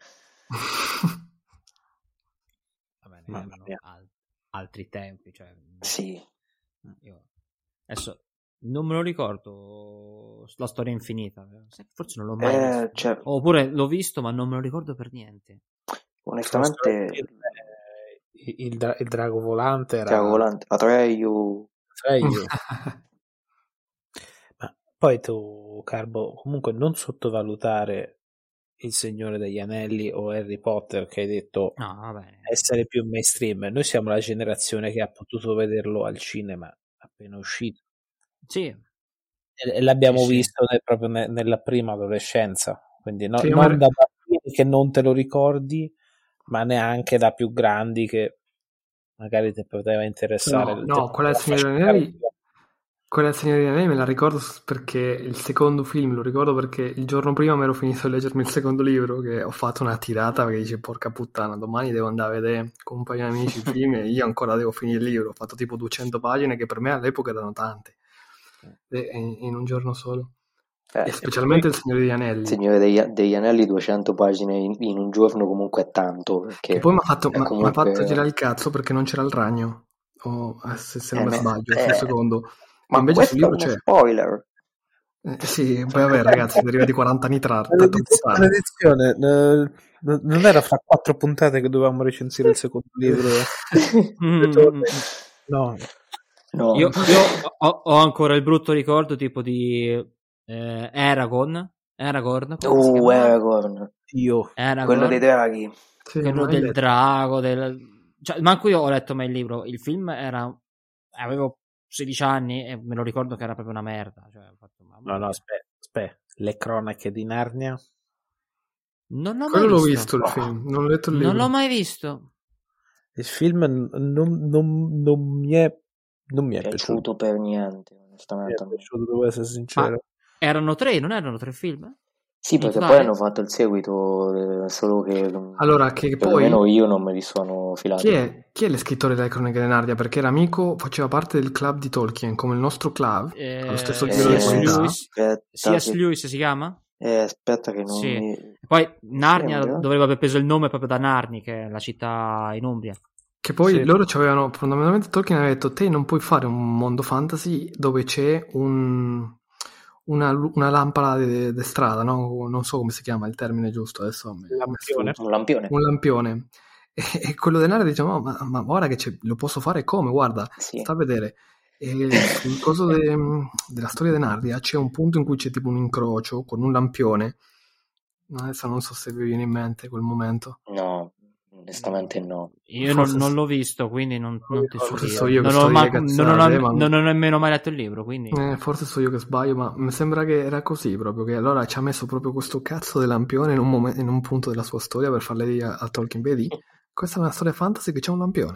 Vabbè, ne erano al- altri tempi, cioè, sì. Io adesso non me lo ricordo la storia infinita, forse non l'ho mai eh, visto, cioè, oppure l'ho visto ma non me lo ricordo per niente. Onestamente il, il, dra- il drago volante era drago volante Atreyu. Atreyu. Ma poi tu, Carbo, comunque non sottovalutare Il Signore degli Anelli o Harry Potter, che hai detto no, vabbè. essere più mainstream. Noi siamo la generazione che ha potuto vederlo al cinema appena uscito. Sì. E, e l'abbiamo sì, visto sì. Nel, proprio ne, nella prima adolescenza, quindi no, sì, non ma... da bambini che non te lo ricordi, ma neanche da più grandi che magari ti poteva interessare. No, no, quella del Signore degli Anelli, quella del Signore degli Anelli me la ricordo perché il secondo film lo ricordo perché il giorno prima mi ero finito di leggermi il secondo libro, che ho fatto una tirata perché dice porca puttana, domani devo andare a vedere con un paio di amici il film e io ancora devo finire il libro. Ho fatto tipo duecento pagine che per me all'epoca erano tante, in, in un giorno solo. Eh, e specialmente poi... il Signore degli Anelli. Signore degli, degli Anelli, duecento pagine in, in un giorno comunque è tanto. Perché che poi mi ha fatto, comunque... fatto girare il cazzo perché non c'era il ragno, o se, se non eh, mi sbaglio, eh, sul secondo. Ma invece questo sul libro è uno c'è. spoiler. Eh, sì, poi vabbè ragazzi, siete arrivati quaranta anni tra l'edizione eh, non era fra quattro puntate che dovevamo recensire il secondo libro. no. no. Io, io ho, ho ancora il brutto ricordo tipo di eh, Eragon Aragorn uh, Aragorn io Aragorn, quello dei draghi, sì, quello del letto. drago del... Cioè, manco io ho letto mai il libro, il film era avevo sedici anni e me lo ricordo che era proprio una merda, cioè, ho fatto, no no aspetta, aspetta le cronache di Narnia non l'ho quello mai l'ho visto, visto il film, non ho letto il libro, non l'ho mai visto. Il film non, non, non mi è non mi è piaciuto, piaciuto per niente, onestamente. Mi è piaciuto, devo essere sincero. Ma erano tre, non erano tre film? Sì, In perché totale? poi hanno fatto il seguito, eh, solo che Allora, che poi perlomeno io non me li sono filati. chi è, chi è l'escrittore delle Cronache di Narnia? Perché era amico, faceva parte del club di Tolkien, come il nostro club, Eh, allo stesso Eh, livello di C S. qualità. Lewis. aspetta C S. che- Lewis si chiama? eh, aspetta che non Sì. mi... E poi Narnia sembra. dovrebbe aver preso il nome proprio da Narni, che è la città in Umbria. Che poi Sì. loro ci avevano, fondamentalmente Tolkien aveva detto, te non puoi fare un mondo fantasy dove c'è un, una, lu- una lampada di di strada, no? Non so come si chiama il termine giusto adesso. mi- mi è Lampione. sfugito. Un lampione. Un lampione. E, e quello denaro dice, "No, ma, ma guarda che c'è- lo posso fare come? Guarda, Sì. sta a vedere. E sul coso de- della storia di Narnia c'è un punto in cui c'è tipo un incrocio con un lampione. Adesso non so se vi viene in mente quel momento. No, onestamente no. Io Forse non, non s- l'ho visto, quindi non, non ti so Forse dire. so io che non, sto ho di ma- cazzate, non, ho, ma- non ho nemmeno mai letto il libro, quindi... Eh, forse so io che sbaglio, ma mi sembra che era così proprio, che allora ci ha messo proprio questo cazzo di lampione in un, momen- in un punto della sua storia per farle dire a, a Tolkien, vedi, questa è una storia fantasy che c'è un lampione.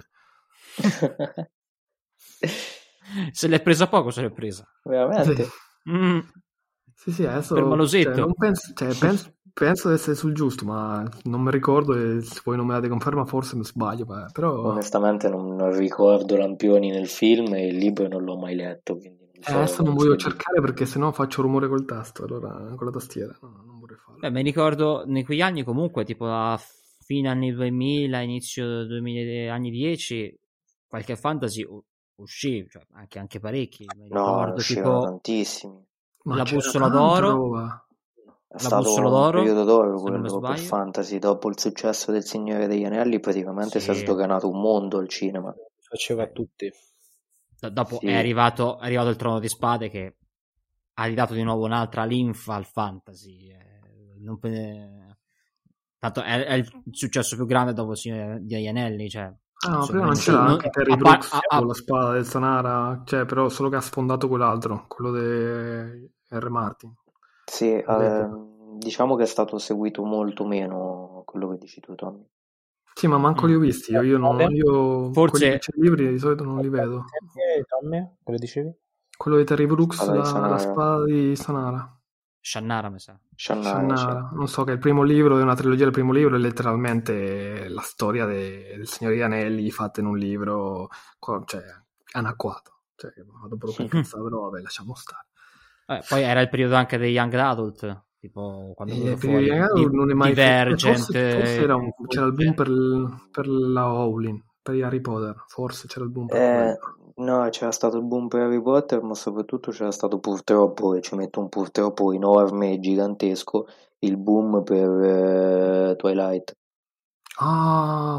Se l'è presa poco, se l'è presa. Veramente? Sì, Mm. sì, sì, adesso Per Malosetto. cioè, non penso, cioè, penso, penso di essere sul giusto, ma non mi ricordo e se voi non me la conferma forse mi sbaglio, beh, però Onestamente non, non ricordo lampioni nel film e il libro non l'ho mai letto, quindi non eh, so, adesso non non voglio so dire. cercare perché sennò faccio rumore col tasto, allora con la tastiera, no, non vorrei farlo. Beh, mi ricordo in quegli anni comunque, tipo a fine anni duemila, inizio duemila, anni dieci, qualche fantasy u- uscì, cioè anche, anche parecchi. Mi No, ne ricordo uscivano tipo tantissimi. Ma La c'era bussola tanta d'oro. roba. È La stato bussola un d'oro, periodo d'oro se non mi quello per sbaglio. fantasy. Dopo il successo del Signore degli Anelli, praticamente si è Sì. sdoganato un mondo il cinema. Faceva a tutti. D- dopo Sì. è arrivato, è arrivato il Trono di Spade che ha ridato di nuovo un'altra linfa al fantasy. eh, non pe- Tanto è, è il successo più grande dopo il Signore degli Anelli, cioè, Ah, ma prima secondo non me, c'era non- anche Terry a par- Brooks a- a- con la spada del Sanara, cioè però solo che ha sfondato quell'altro, quello di R. Martin. Sì, eh, All'epoca. diciamo che è stato seguito molto meno quello che dici tu, Tommy. Sì, ma manco li ho visti, io, io, non, io Forse- quelli che c'è nei libri di solito non li vedo. Tommy, quello dicevi? Quello di Terry Brooks, Spada di la, Sanara. la spada di Sanara. Shannara, mi sa. Shannara, sì. Shannara. Non so, che il primo libro, è una trilogia del primo libro, è letteralmente la storia de- del Signore degli Anelli fatta in un libro, co- cioè, anacquato. Cioè, vado proprio incazzato, però vabbè, lasciamo stare. Eh, poi era il periodo anche dei Young Adult, tipo quando è E venuto per fuori i ragazzi Di- non è mai Divergent. forse, forse era un- eh, c'era il boom per, il- per la Rowling, per gli Harry Potter, forse c'era il boom per Eh, quello. no, c'era stato il boom per Harry Potter, ma soprattutto c'era stato purtroppo, e ci metto un purtroppo enorme e gigantesco, il boom per eh, Twilight. Ah,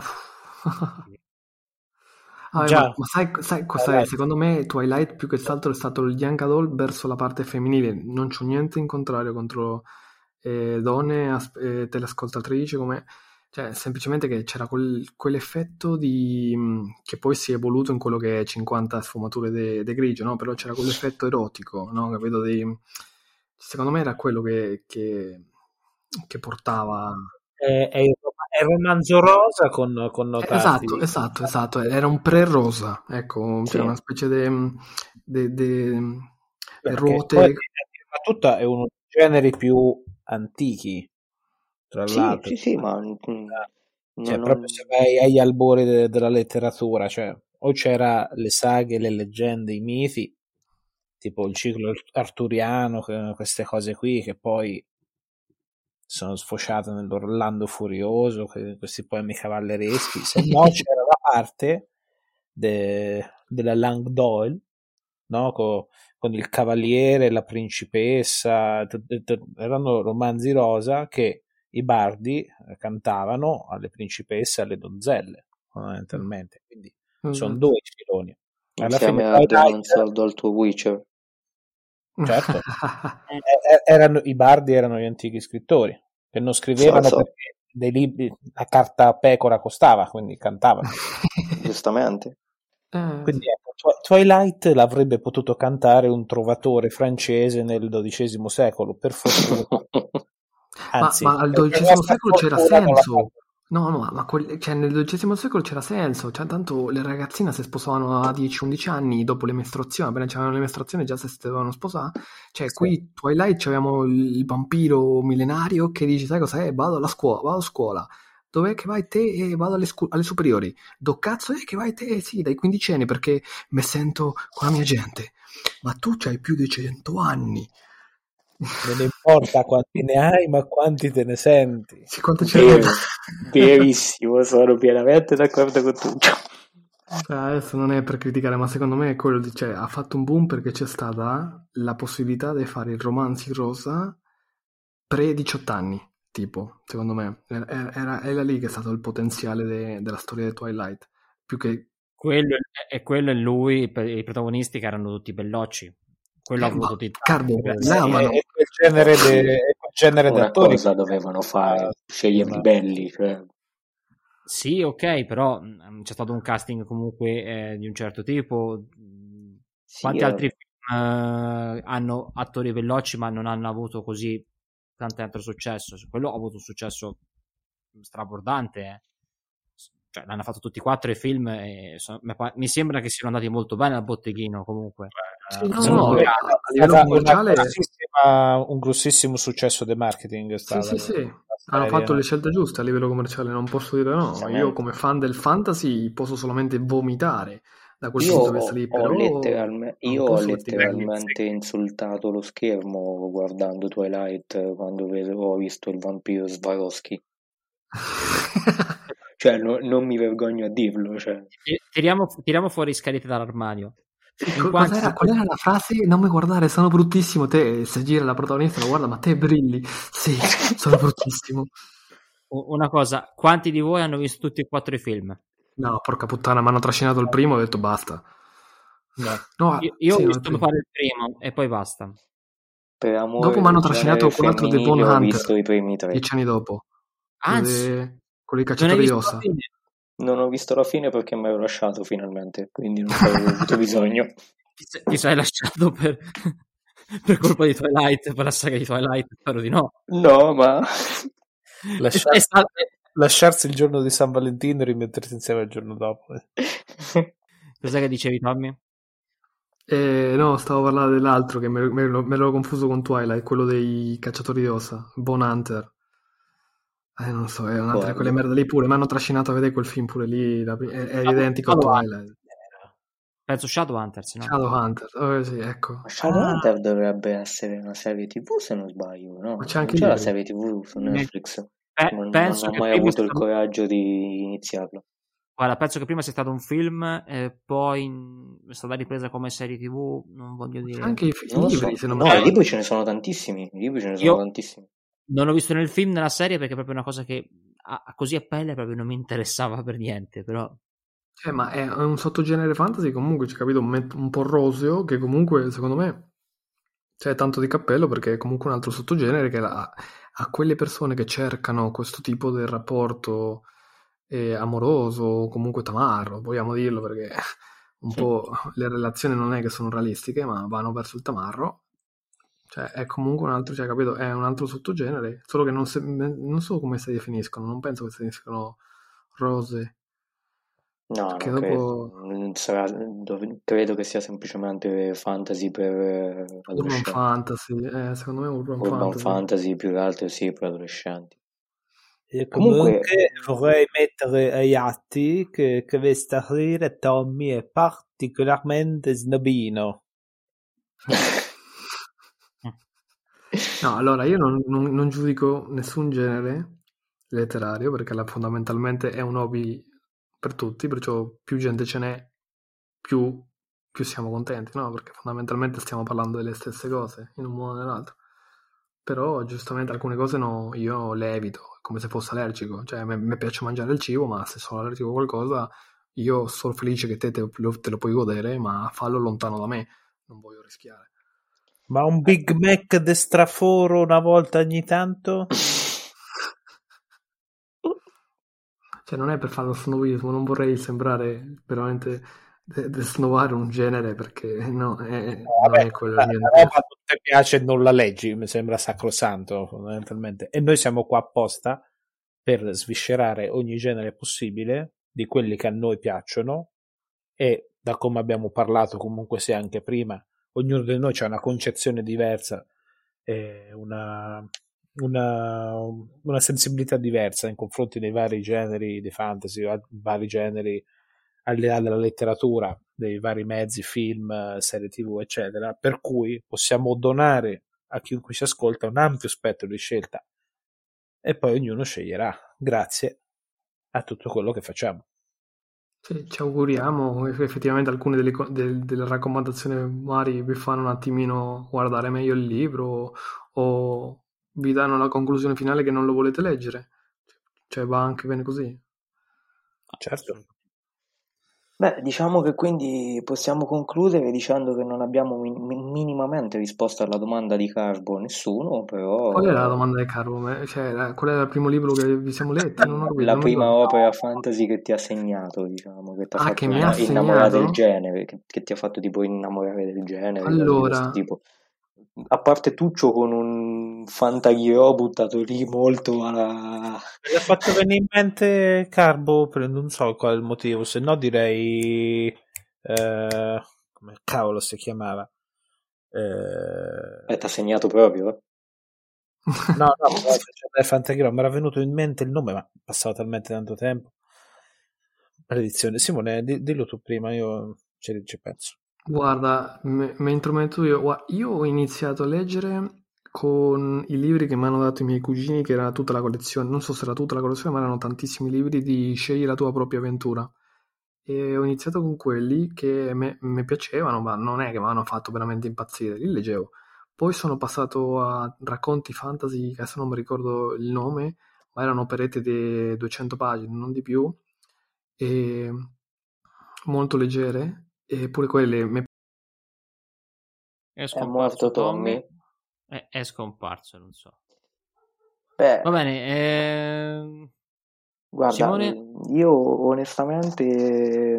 Ah, Già. ma, ma sai, sai cos'è? Twilight. Secondo me Twilight più che altro è stato il young adult verso la parte femminile. Non c'ho niente in contrario contro eh, donne as- eh, teleascoltatrici come... Cioè, semplicemente che c'era quel, quell'effetto di, mh, che poi si è evoluto in quello che è cinquanta sfumature di grigio, no? Però c'era quell'effetto erotico, no? Capito? Di, secondo me era quello che, che, che portava... È, è, il, è il romanzo rosa con connotati. Esatto, esatto, esatto. Era un pre-rosa, ecco, Sì. c'era una specie di Perché ruote. poi, ma tutta è uno dei generi più antichi, tra Sì, l'altro. sì, sì, ma mm, Cioè, non- proprio se vai agli albori de- della letteratura, cioè, o c'era le saghe, le leggende, i miti, tipo il ciclo arturiano, que- queste cose qui, che poi sono sfociate nell'Orlando Furioso, que- questi poemi cavallereschi, se no c'era la parte de- della Lang Doyle, no? Co- con il cavaliere, la principessa, t- t- t- erano romanzi rosa che i bardi eh, cantavano alle principesse e alle donzelle, fondamentalmente. Quindi sono Esatto. due filoni. Alla insieme fine a Twilight, Demons of Alto Witcher. certo, eh, eh, erano, i bardi erano gli antichi scrittori che non scrivevano So, so. perché dei libri, la carta pecora costava, quindi cantavano. Giustamente. Eh, Quindi ecco, Twi- Twilight l'avrebbe potuto cantare un trovatore francese nel dodicesimo secolo, per fortuna. ma, Anzi, ma al per dodicesimo nostra secolo c'era fortuna non l'ha senso. fatto. No, no, ma quel- cioè, nel dodicesimo secolo c'era senso, cioè, tanto le ragazzine si sposavano a dieci undici anni dopo le mestruazioni, appena c'erano le mestruazioni già si dovevano sposare, cioè Sì. qui Twilight c'avevamo il vampiro millenario che dice, sai cos'è? Vado alla scuola, vado a scuola, dov'è che vai te? Eh, vado alle, scu- alle superiori, do cazzo è che vai te? Sì, dai quindici anni perché mi sento con la mia gente, ma tu c'hai più di cento anni. Non importa quanti ne hai, ma quanti te ne senti. Sì, quanto ce ne Vero, verissimo, sono pienamente d'accordo con tutto. Cioè, adesso non è per criticare, ma secondo me è quello di, cioè, ha fatto un boom perché c'è stata la possibilità di fare il romanzo in rosa pre diciotto anni, tipo, secondo me. Era, era, era lì che è stato il potenziale de- della storia di Twilight. Più che... Quello e quello e lui, per- i protagonisti che erano tutti bellocci. Quello ha Eh, voluto ma, titolare. Carbo, Perché- là, È, ma no. è quel genere Sì. de- è quel genere di Una attori cosa che- dovevano fare, Ah, scegliere ma- i belli, cioè. Sì, ok, però mh, c'è stato un casting comunque eh, di un certo tipo. Sì, Quanti eh. altri film eh, hanno attori veloci ma non hanno avuto così tanto altro successo? Quello ha avuto un successo strabordante. eh. Cioè, l'hanno fatto tutti e quattro i film e so- mi pa- mi sembra che siano andati molto bene al botteghino comunque. Sì, no, secondo no, me a- a è livello stata commerciale- una grossissima- un grossissimo successo di marketing è Sì, stata sì, sì, la hanno serie, fatto no? le scelte giuste a livello commerciale, non posso dire no. Io Giustamente. come fan del fantasy posso solamente vomitare da quel Io punto di vista ho, lì, ho però letteralme- non io ho posso criticare. letteralmente insultato lo schermo guardando Twilight quando ve- ho visto il vampiro Swarovski. Cioè, no- non mi vergogno a dirlo. Cioè. E Tiriamo, tiriamo fuori Scalette dall'armadio. In Co- quanti Cos'era, di qual era la frase? Non mi guardare, sono bruttissimo. Te, se gira la protagonista, lo guarda, ma te brilli. Sì, sono bruttissimo. una cosa, quanti di voi hanno visto tutti e quattro i film? No, porca puttana, mi hanno trascinato il primo e ho detto basta. No. No, Io, io sì, ho no, il visto primo. fare il primo e poi basta. Per amore Dopo mi hanno del trascinato genere con l'altro The Bone femminile ho Hunter, visto i primi tre. dieci anni dopo. Quello Anzi, de- Con i non hai cacciatori di visto la ossa. fine? Non ho visto la fine perché mi ero lasciato finalmente, quindi non avevo avuto bisogno. Ti, sei- ti sei lasciato per, per colpa di Twilight, per la saga di Twilight? Spero di no. No, ma Lasciar- È stato- lasciarsi il giorno di San Valentino e rimettersi insieme il giorno dopo. eh. Cos'è che dicevi, Tommy? Eh, no, stavo parlando dell'altro che me, me, lo- me l'ero confuso con Twilight, quello dei cacciatori di ossa, Bone Hunter. Eh, non so, è un'altra di quelle Guarda. merde lì pure. Mi hanno trascinato a vedere quel film pure lì. la pri- È, è identico a Shadowhunter. Twilight. Penso Shadowhunters, no? Shadowhunter, oh, sì, ecco. Ma Shadowhunter dovrebbe essere una serie tivù se non sbaglio, no? Ma c'è Non anche c'è i la libri. serie tivù su Ne- Netflix. Pe- Non, penso non ho che mai prima avuto sia il stato- coraggio di iniziarlo. Guarda, penso che prima sia stato un film e poi in- è stata ripresa come serie tivù, non voglio dire. C'è anche i, i Non lo libri, so. se non No, mi i sbaglio. libri ce ne sono tantissimi. I libri ce ne sono Io- tantissimi. Non ho visto nel film né nella serie perché è proprio una cosa che a, a così a pelle proprio non mi interessava per niente, però Eh, ma è un sottogenere fantasy comunque, c'è capito, un, met- un po' roseo che comunque secondo me c'è tanto di cappello perché è comunque un altro sottogenere che la- a quelle persone che cercano questo tipo di rapporto eh, amoroso o comunque tamarro, vogliamo dirlo perché un Sì. po' le relazioni non è che sono realistiche ma vanno verso il tamarro. Cioè, è comunque un altro, cioè, capito? È un altro sottogenere, solo che non, se- non so come si definiscono, non penso che si definiscono rose. No, Perché no, dopo credo. Non sarà- dov- credo che sia semplicemente fantasy per eh, Urban adolescenti. Fantasy, eh, secondo me Urban, Urban Fantasy. fantasy più che altro sì, per adolescenti. E Comunque- comunque vorrei mettere agli atti che questa sera Tommy è particolarmente snobino. No, allora io non, non- non giudico nessun genere letterario perché la- fondamentalmente è un hobby per tutti, perciò più gente ce n'è, più, più siamo contenti, no? Perché fondamentalmente stiamo parlando delle stesse cose in un modo o nell'altro. Però giustamente alcune cose no, io le evito, come se fossi allergico. Cioè, a me, mi piace mangiare il cibo, ma se sono allergico a qualcosa, io sono felice che te te lo, te lo puoi godere, ma fallo lontano da me, non voglio rischiare. Ma un Big Mac de straforo una volta ogni tanto? Cioè, non è per fare lo snobismo, non vorrei sembrare veramente de- de snobare un genere perché no, è- non Vabbè, è quello la, il mio la roba interesse. non ti piace non la leggi, mi sembra sacrosanto fondamentalmente. E noi siamo qua apposta per sviscerare ogni genere possibile di quelli che a noi piacciono, e da come abbiamo parlato comunque sia anche prima, ognuno di noi ha una concezione diversa, eh, una, una, una sensibilità diversa in confronti dei vari generi di fantasy, vari generi al di là della letteratura, dei vari mezzi, film, serie tv, eccetera, per cui possiamo donare a chiunque ci ascolta un ampio spettro di scelta e poi ognuno sceglierà grazie a tutto quello che facciamo. Sì, ci auguriamo che effettivamente alcune delle, delle, delle raccomandazioni magari vi fanno un attimino guardare meglio il libro o vi danno la conclusione finale che non lo volete leggere, cioè va anche bene così. Certo. Beh, diciamo che quindi possiamo concludere dicendo che non abbiamo min- minimamente risposto alla domanda di Carbo, nessuno, però... Qual era la domanda di Carbo? Cioè, qual era il primo libro che vi siamo letti? Non ho capito, La non prima ricordo. opera fantasy che ti ha segnato, diciamo, che ti ha Ah, fatto che mi ha innamorare segnato? del genere, che, che ti ha fatto tipo innamorare del genere, Allora... di questo tipo. A parte Tuccio con un Fantaghiro buttato lì molto alla... Mi ha fatto venire in mente Carbo, per non so qual è il motivo, se no direi... Eh, come cavolo si chiamava? Eh... Eh, ti ha segnato proprio? Eh? No, no, è Fantaghiro, mi era venuto in mente il nome, ma è passato talmente tanto tempo. Predizione. Simone, di, dillo tu prima, io ci, ci penso. Guarda, me, me intrometto io. Guarda, io ho iniziato a leggere con i libri che mi hanno dato i miei cugini, che era tutta la collezione, non so se era tutta la collezione, ma erano tantissimi libri di Scegli la tua propria avventura. E ho iniziato con quelli che mi piacevano, ma non è che mi hanno fatto veramente impazzire, li leggevo. Poi sono passato a racconti fantasy, che adesso non mi ricordo il nome, ma erano operette di duecento pagine, non di più, e molto leggere, e pure quelle mi È, è morto Tommy. Tommy. È, è scomparso, non so. Beh, va bene. Eh... Guarda, Simone? Io onestamente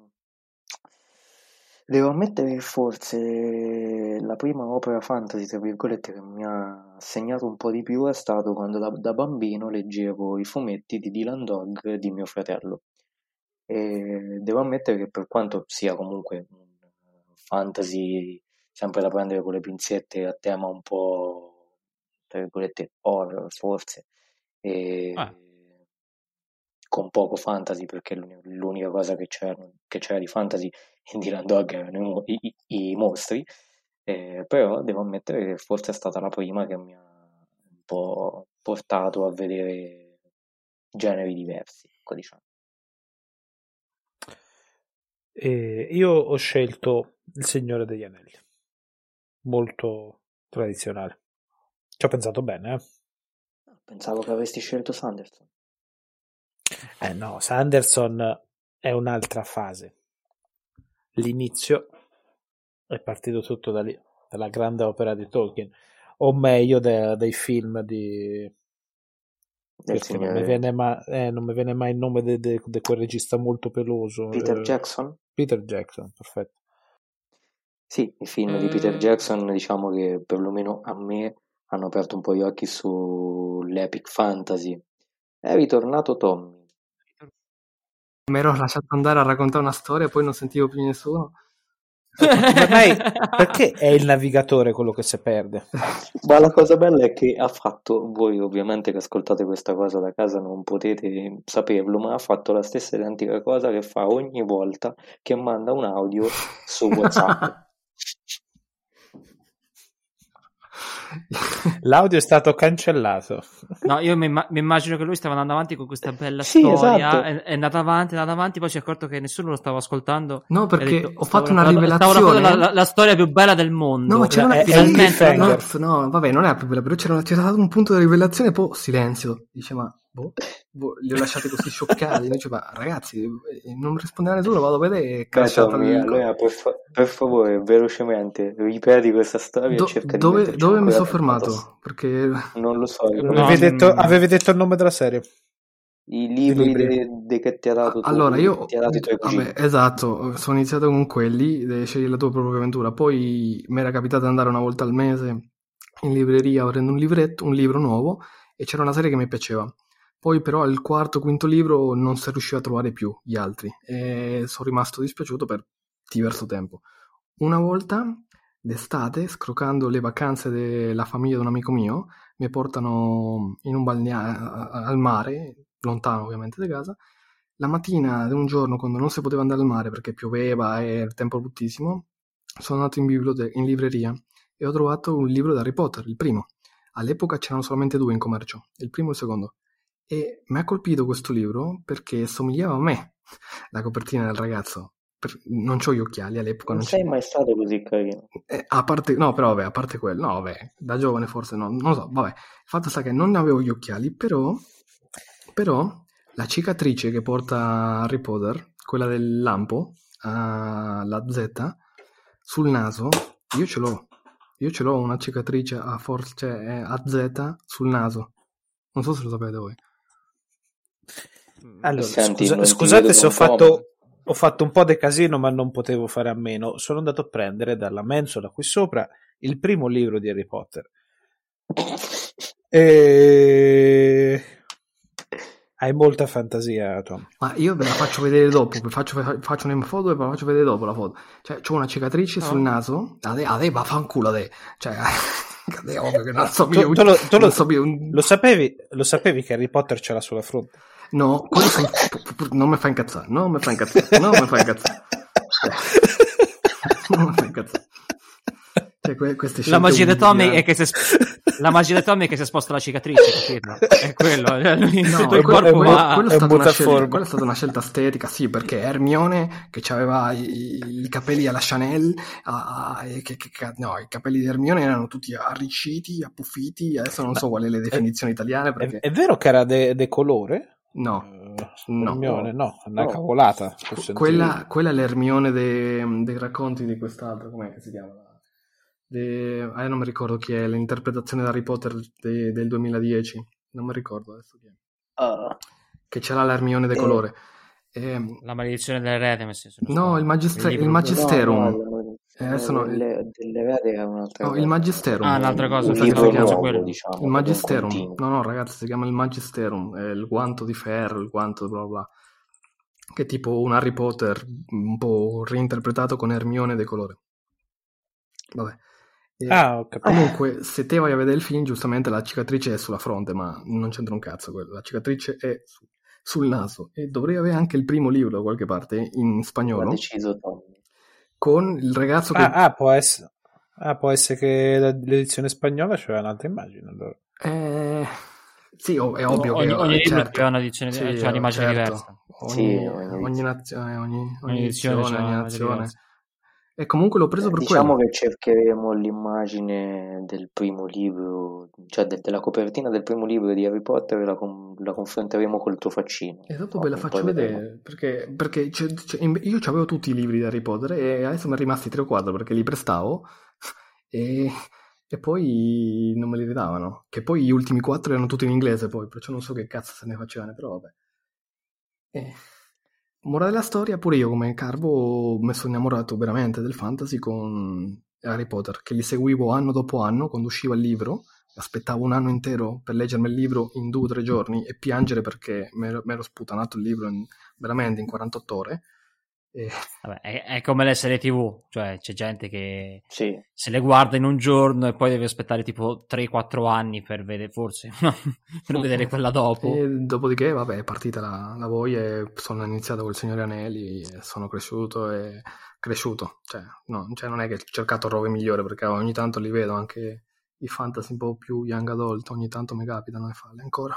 devo ammettere che forse la prima opera fantasy, tra virgolette, che mi ha segnato un po' di più è stato quando da, da bambino leggevo i fumetti di Dylan Dog di mio fratello. E devo ammettere che per quanto sia comunque un fantasy sempre da prendere con le pinzette a tema un po', tra virgolette, horror forse, e Ah. con poco fantasy, perché l'unica cosa che c'era, che c'era di fantasy in Dylan Dog erano i, i, i mostri, eh, però devo ammettere che forse è stata la prima che mi ha un po' portato a vedere generi diversi, ecco, diciamo. E io ho scelto Il Signore degli Anelli, molto tradizionale. Ci ho pensato bene, eh? Pensavo che avresti scelto Sanderson. Eh no, Sanderson è un'altra fase. L'inizio è partito tutto da lì, dalla grande opera di Tolkien, o meglio de, dei film di... Perché non mi, viene mai, eh, non mi viene mai il nome di de, de quel regista molto peloso. Peter eh, Jackson? Peter Jackson, perfetto. Sì, i film eh... di Peter Jackson, diciamo che perlomeno a me hanno aperto un po' gli occhi sull'epic fantasy. È ritornato Tommy. Mi ero lasciato andare a raccontare una storia, poi non sentivo più nessuno. Mai, perché è il navigatore quello che si perde? Ma la cosa bella è che ha fatto, voi ovviamente che ascoltate questa cosa da casa non potete saperlo, ma ha fatto la stessa identica cosa che fa ogni volta che manda un audio su WhatsApp. L'audio è stato cancellato. No, io mi, mi immagino che lui stava andando avanti con questa bella sì, storia, esatto. è, è andato avanti, è andato avanti, poi si è accorto che nessuno lo stava ascoltando. No, perché detto, ho fatto una rivelazione. Stavo raccontando la, la, la storia più bella del mondo. No, ma c'era una è, finalmente, no, no, vabbè, non è la più bella, però c'era, c'era stato un punto di rivelazione, poi silenzio. Dice, ma boh, boh, li ho lasciati così scioccati. Dice, ma ragazzi, non rispondeva nessuno, vado a vedere e cacciata. Allora, per, fa- per favore, velocemente, ripeti questa storia. Do, e cerca dove di dove mi sono fermato? Perché non lo so. No, avevi, detto, avevi detto il nome della serie. I libri, libri. De, de che ti ha dato tu, allora io ti ha dato i tuoi cugini. Vabbè, esatto, sono iniziato con quelli de Scegli la tua propria avventura, poi mi era capitato di andare una volta al mese in libreria a prendere un livretto, un libro nuovo, e c'era una serie che mi piaceva. Poi però al quarto, quinto libro non si riusciva a trovare più gli altri e sono rimasto dispiaciuto per diverso tempo. Una volta d'estate, scrocando le vacanze della famiglia di un amico mio, mi portano in un balneario al mare, lontano ovviamente da casa. La mattina di un giorno, quando non si poteva andare al mare perché pioveva e era il tempo bruttissimo, sono andato in, bibliote- in libreria e ho trovato un libro di Harry Potter, il primo. All'epoca c'erano solamente due in commercio, il primo e il secondo. E mi ha colpito questo libro perché somigliava a me, la copertina del ragazzo. Per- non c'ho gli occhiali all'epoca. Non Non sei c'è- mai stato così carino. eh, a parte, no, però vabbè, a parte quello, no, vabbè, da giovane forse no, non lo so, vabbè. Il fatto sta che non avevo gli occhiali, però, però la cicatrice che porta Harry Potter, quella del lampo, ah, la Z, sul naso, io ce l'ho. Io ce l'ho una cicatrice a forza, cioè, eh, a Z sul naso. Non so se lo sapete voi. Allora, Senti, scusa- non ti scusate vedo se da ho un po', fatto, ho fatto un po' di casino, ma non potevo fare a meno. Sono andato a prendere dalla mensola qui sopra il primo libro di Harry Potter. E... Hai molta fantasia, Tom. Ma io ve la faccio vedere dopo, vi faccio, faccio una foto e ve la faccio vedere dopo la foto. Cioè, c'ho una cicatrice sul naso, a te, a te vaffanculo te. Cioè, è ovvio che non so più. Tu, tu lo, tu lo- non so più. lo sapevi, lo sapevi che Harry Potter ce l'ha sulla fronte? No, quelli sono... non mi fa incazzare, non mi fa incazzare, non mi fa incazzare. Non mi fa incazzare. Cioè, que- queste La scelte magia di Tommy umilianti. è che si la magia di Tommy è che si sposta la cicatrice, capito? È quello. Cioè, lui- No, tutto il quello, corpo quello- va- quello è è stata una scelta, mutaforma. quella è stata una scelta estetica, sì, perché Hermione che aveva i, i capelli alla Chanel, a- a- e che, che- che- no, i capelli di Hermione erano tutti arricciti, appuffiti, adesso non Ma- so quali le definizioni italiane, È, perché è vero che era de, de colore? no, Eh, no. Hermione, no, è una No. cavolata. Ho Que- sentito. quella, quella è l'Hermione dei, dei racconti di quest'altro, com'è che si chiama? De, ah, non mi ricordo chi è, l'interpretazione di Harry Potter de- del duemiladieci, non mi ricordo adesso chi è. Ah, Che c'era l'Hermione de Eh. colore. Ehm, La maledizione dell'erede, nel senso, non No, so, il magistre- libro- il Magisterum. no, no, no, Eh, adesso no, delle, delle vere è un'altra no, cosa. il Magisterum. Ah, un'altra cosa, Un infatti libro stavo pensando chiama- a nuovo, quello. diciamo. Il ed è un Magisterum. continuo. No, no, ragazzi, si chiama il Magisterum. È il guanto di ferro, il guanto bla bla. Che è tipo un Harry Potter un po' reinterpretato con Hermione de colore. Vabbè. E Ah, ho capito. comunque, se te vai a vedere il film, giustamente la cicatrice è sulla fronte, ma non c'entra un cazzo quello. La cicatrice è su- sul naso. E dovrei avere anche il primo libro da qualche parte, in Ha spagnolo, deciso Tommy. con il ragazzo che... Ah, ah, può essere, ah, può essere che la- l'edizione spagnola c'era un'altra immagine. Allora. Eh, sì, ov- è ovvio ogni, che ogni libro certo. aveva un'edizione, Sì, c'è un'immagine certo. diversa. Ogni, Sì, ogni ogni nazione, ogni, ogni Ogni edizione edizione, c'è ogni una nazione. diversa. E comunque l'ho preso Eh, per diciamo quello. che cercheremo l'immagine del primo libro, cioè de- della copertina del primo libro di Harry Potter e la, con- la confronteremo col tuo faccino. E dopo ve la Poi faccio vedremo. vedere, perché, perché c'è- c'è- in- io avevo tutti i libri di Harry Potter e adesso mi è rimasti tre o quattro perché li prestavo e, e poi non me li ridavano. Che poi gli ultimi quattro erano tutti in inglese poi, perciò non so che cazzo se ne facevano, però vabbè. Eh, Morale della storia, pure io come Carbo mi sono innamorato veramente del fantasy con Harry Potter, che li seguivo anno dopo anno quando usciva il libro, aspettavo un anno intero per leggermi il libro in due o tre giorni e piangere perché mi ero, mi ero sputanato il libro in- veramente in quarantotto ore. E, Vabbè, è, è come le serie tivù, cioè c'è gente che Sì, se le guarda in un giorno e poi deve aspettare tipo tre quattro anni per vedere, forse, per vedere quella dopo. e dopodiché, vabbè, è partita la, la voglia e sono iniziato col Signore Anelli e sono cresciuto e cresciuto. Cioè, no, cioè non è che ho cercato robe migliori perché ogni tanto li vedo anche i fantasy un po' più young adult, ogni tanto mi capitano di farli ancora.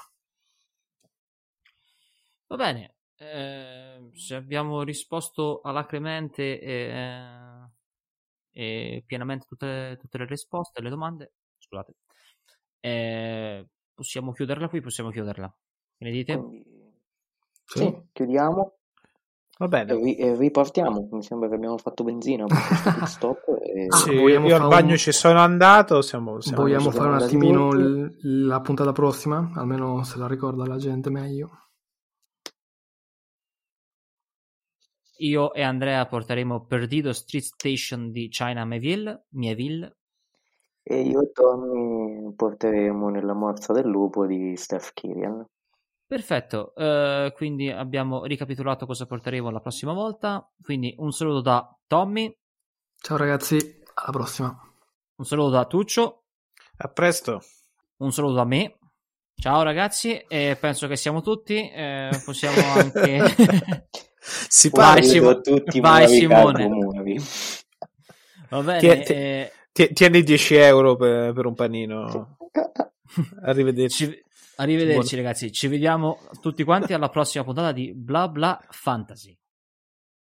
Va bene, eh, se abbiamo risposto alacremente e, e pienamente tutte, tutte le risposte, le domande, scusate, eh, possiamo chiuderla qui, possiamo chiuderla. Che ne dite? quindi Sì. sì, chiudiamo Va e, bene. ri- e ripartiamo. Mi sembra che abbiamo fatto benzina con questo pit stop. E... Ah, Sì, vogliamo io al fare bagno un- ci sono andato. Siamo, siamo Vogliamo ci fare un siamo attimino andati il- la puntata prossima? Almeno se la ricorda la gente meglio. Io e Andrea porteremo Perdido Street Station di China Mieville, Mieville. e io e Tommy porteremo Nella morsa del lupo di Steph Kirian. Perfetto, uh, quindi abbiamo ricapitolato cosa porteremo la prossima volta. Quindi un saluto da Tommy. Ciao ragazzi, alla prossima. Un saluto da Tuccio. A presto. Un saluto da me. Ciao ragazzi, e penso che siamo tutti. Eh, possiamo anche. Si vai, Simo- a tutti, vai muovi, Simone. Carlo, muovi. Va bene. Ti- ti- eh... ti- Tieni dieci euro per, per un panino. Arrivederci. Ci... Arrivederci Buono. ragazzi, ci vediamo tutti quanti alla prossima puntata di Bla Bla Fantasy.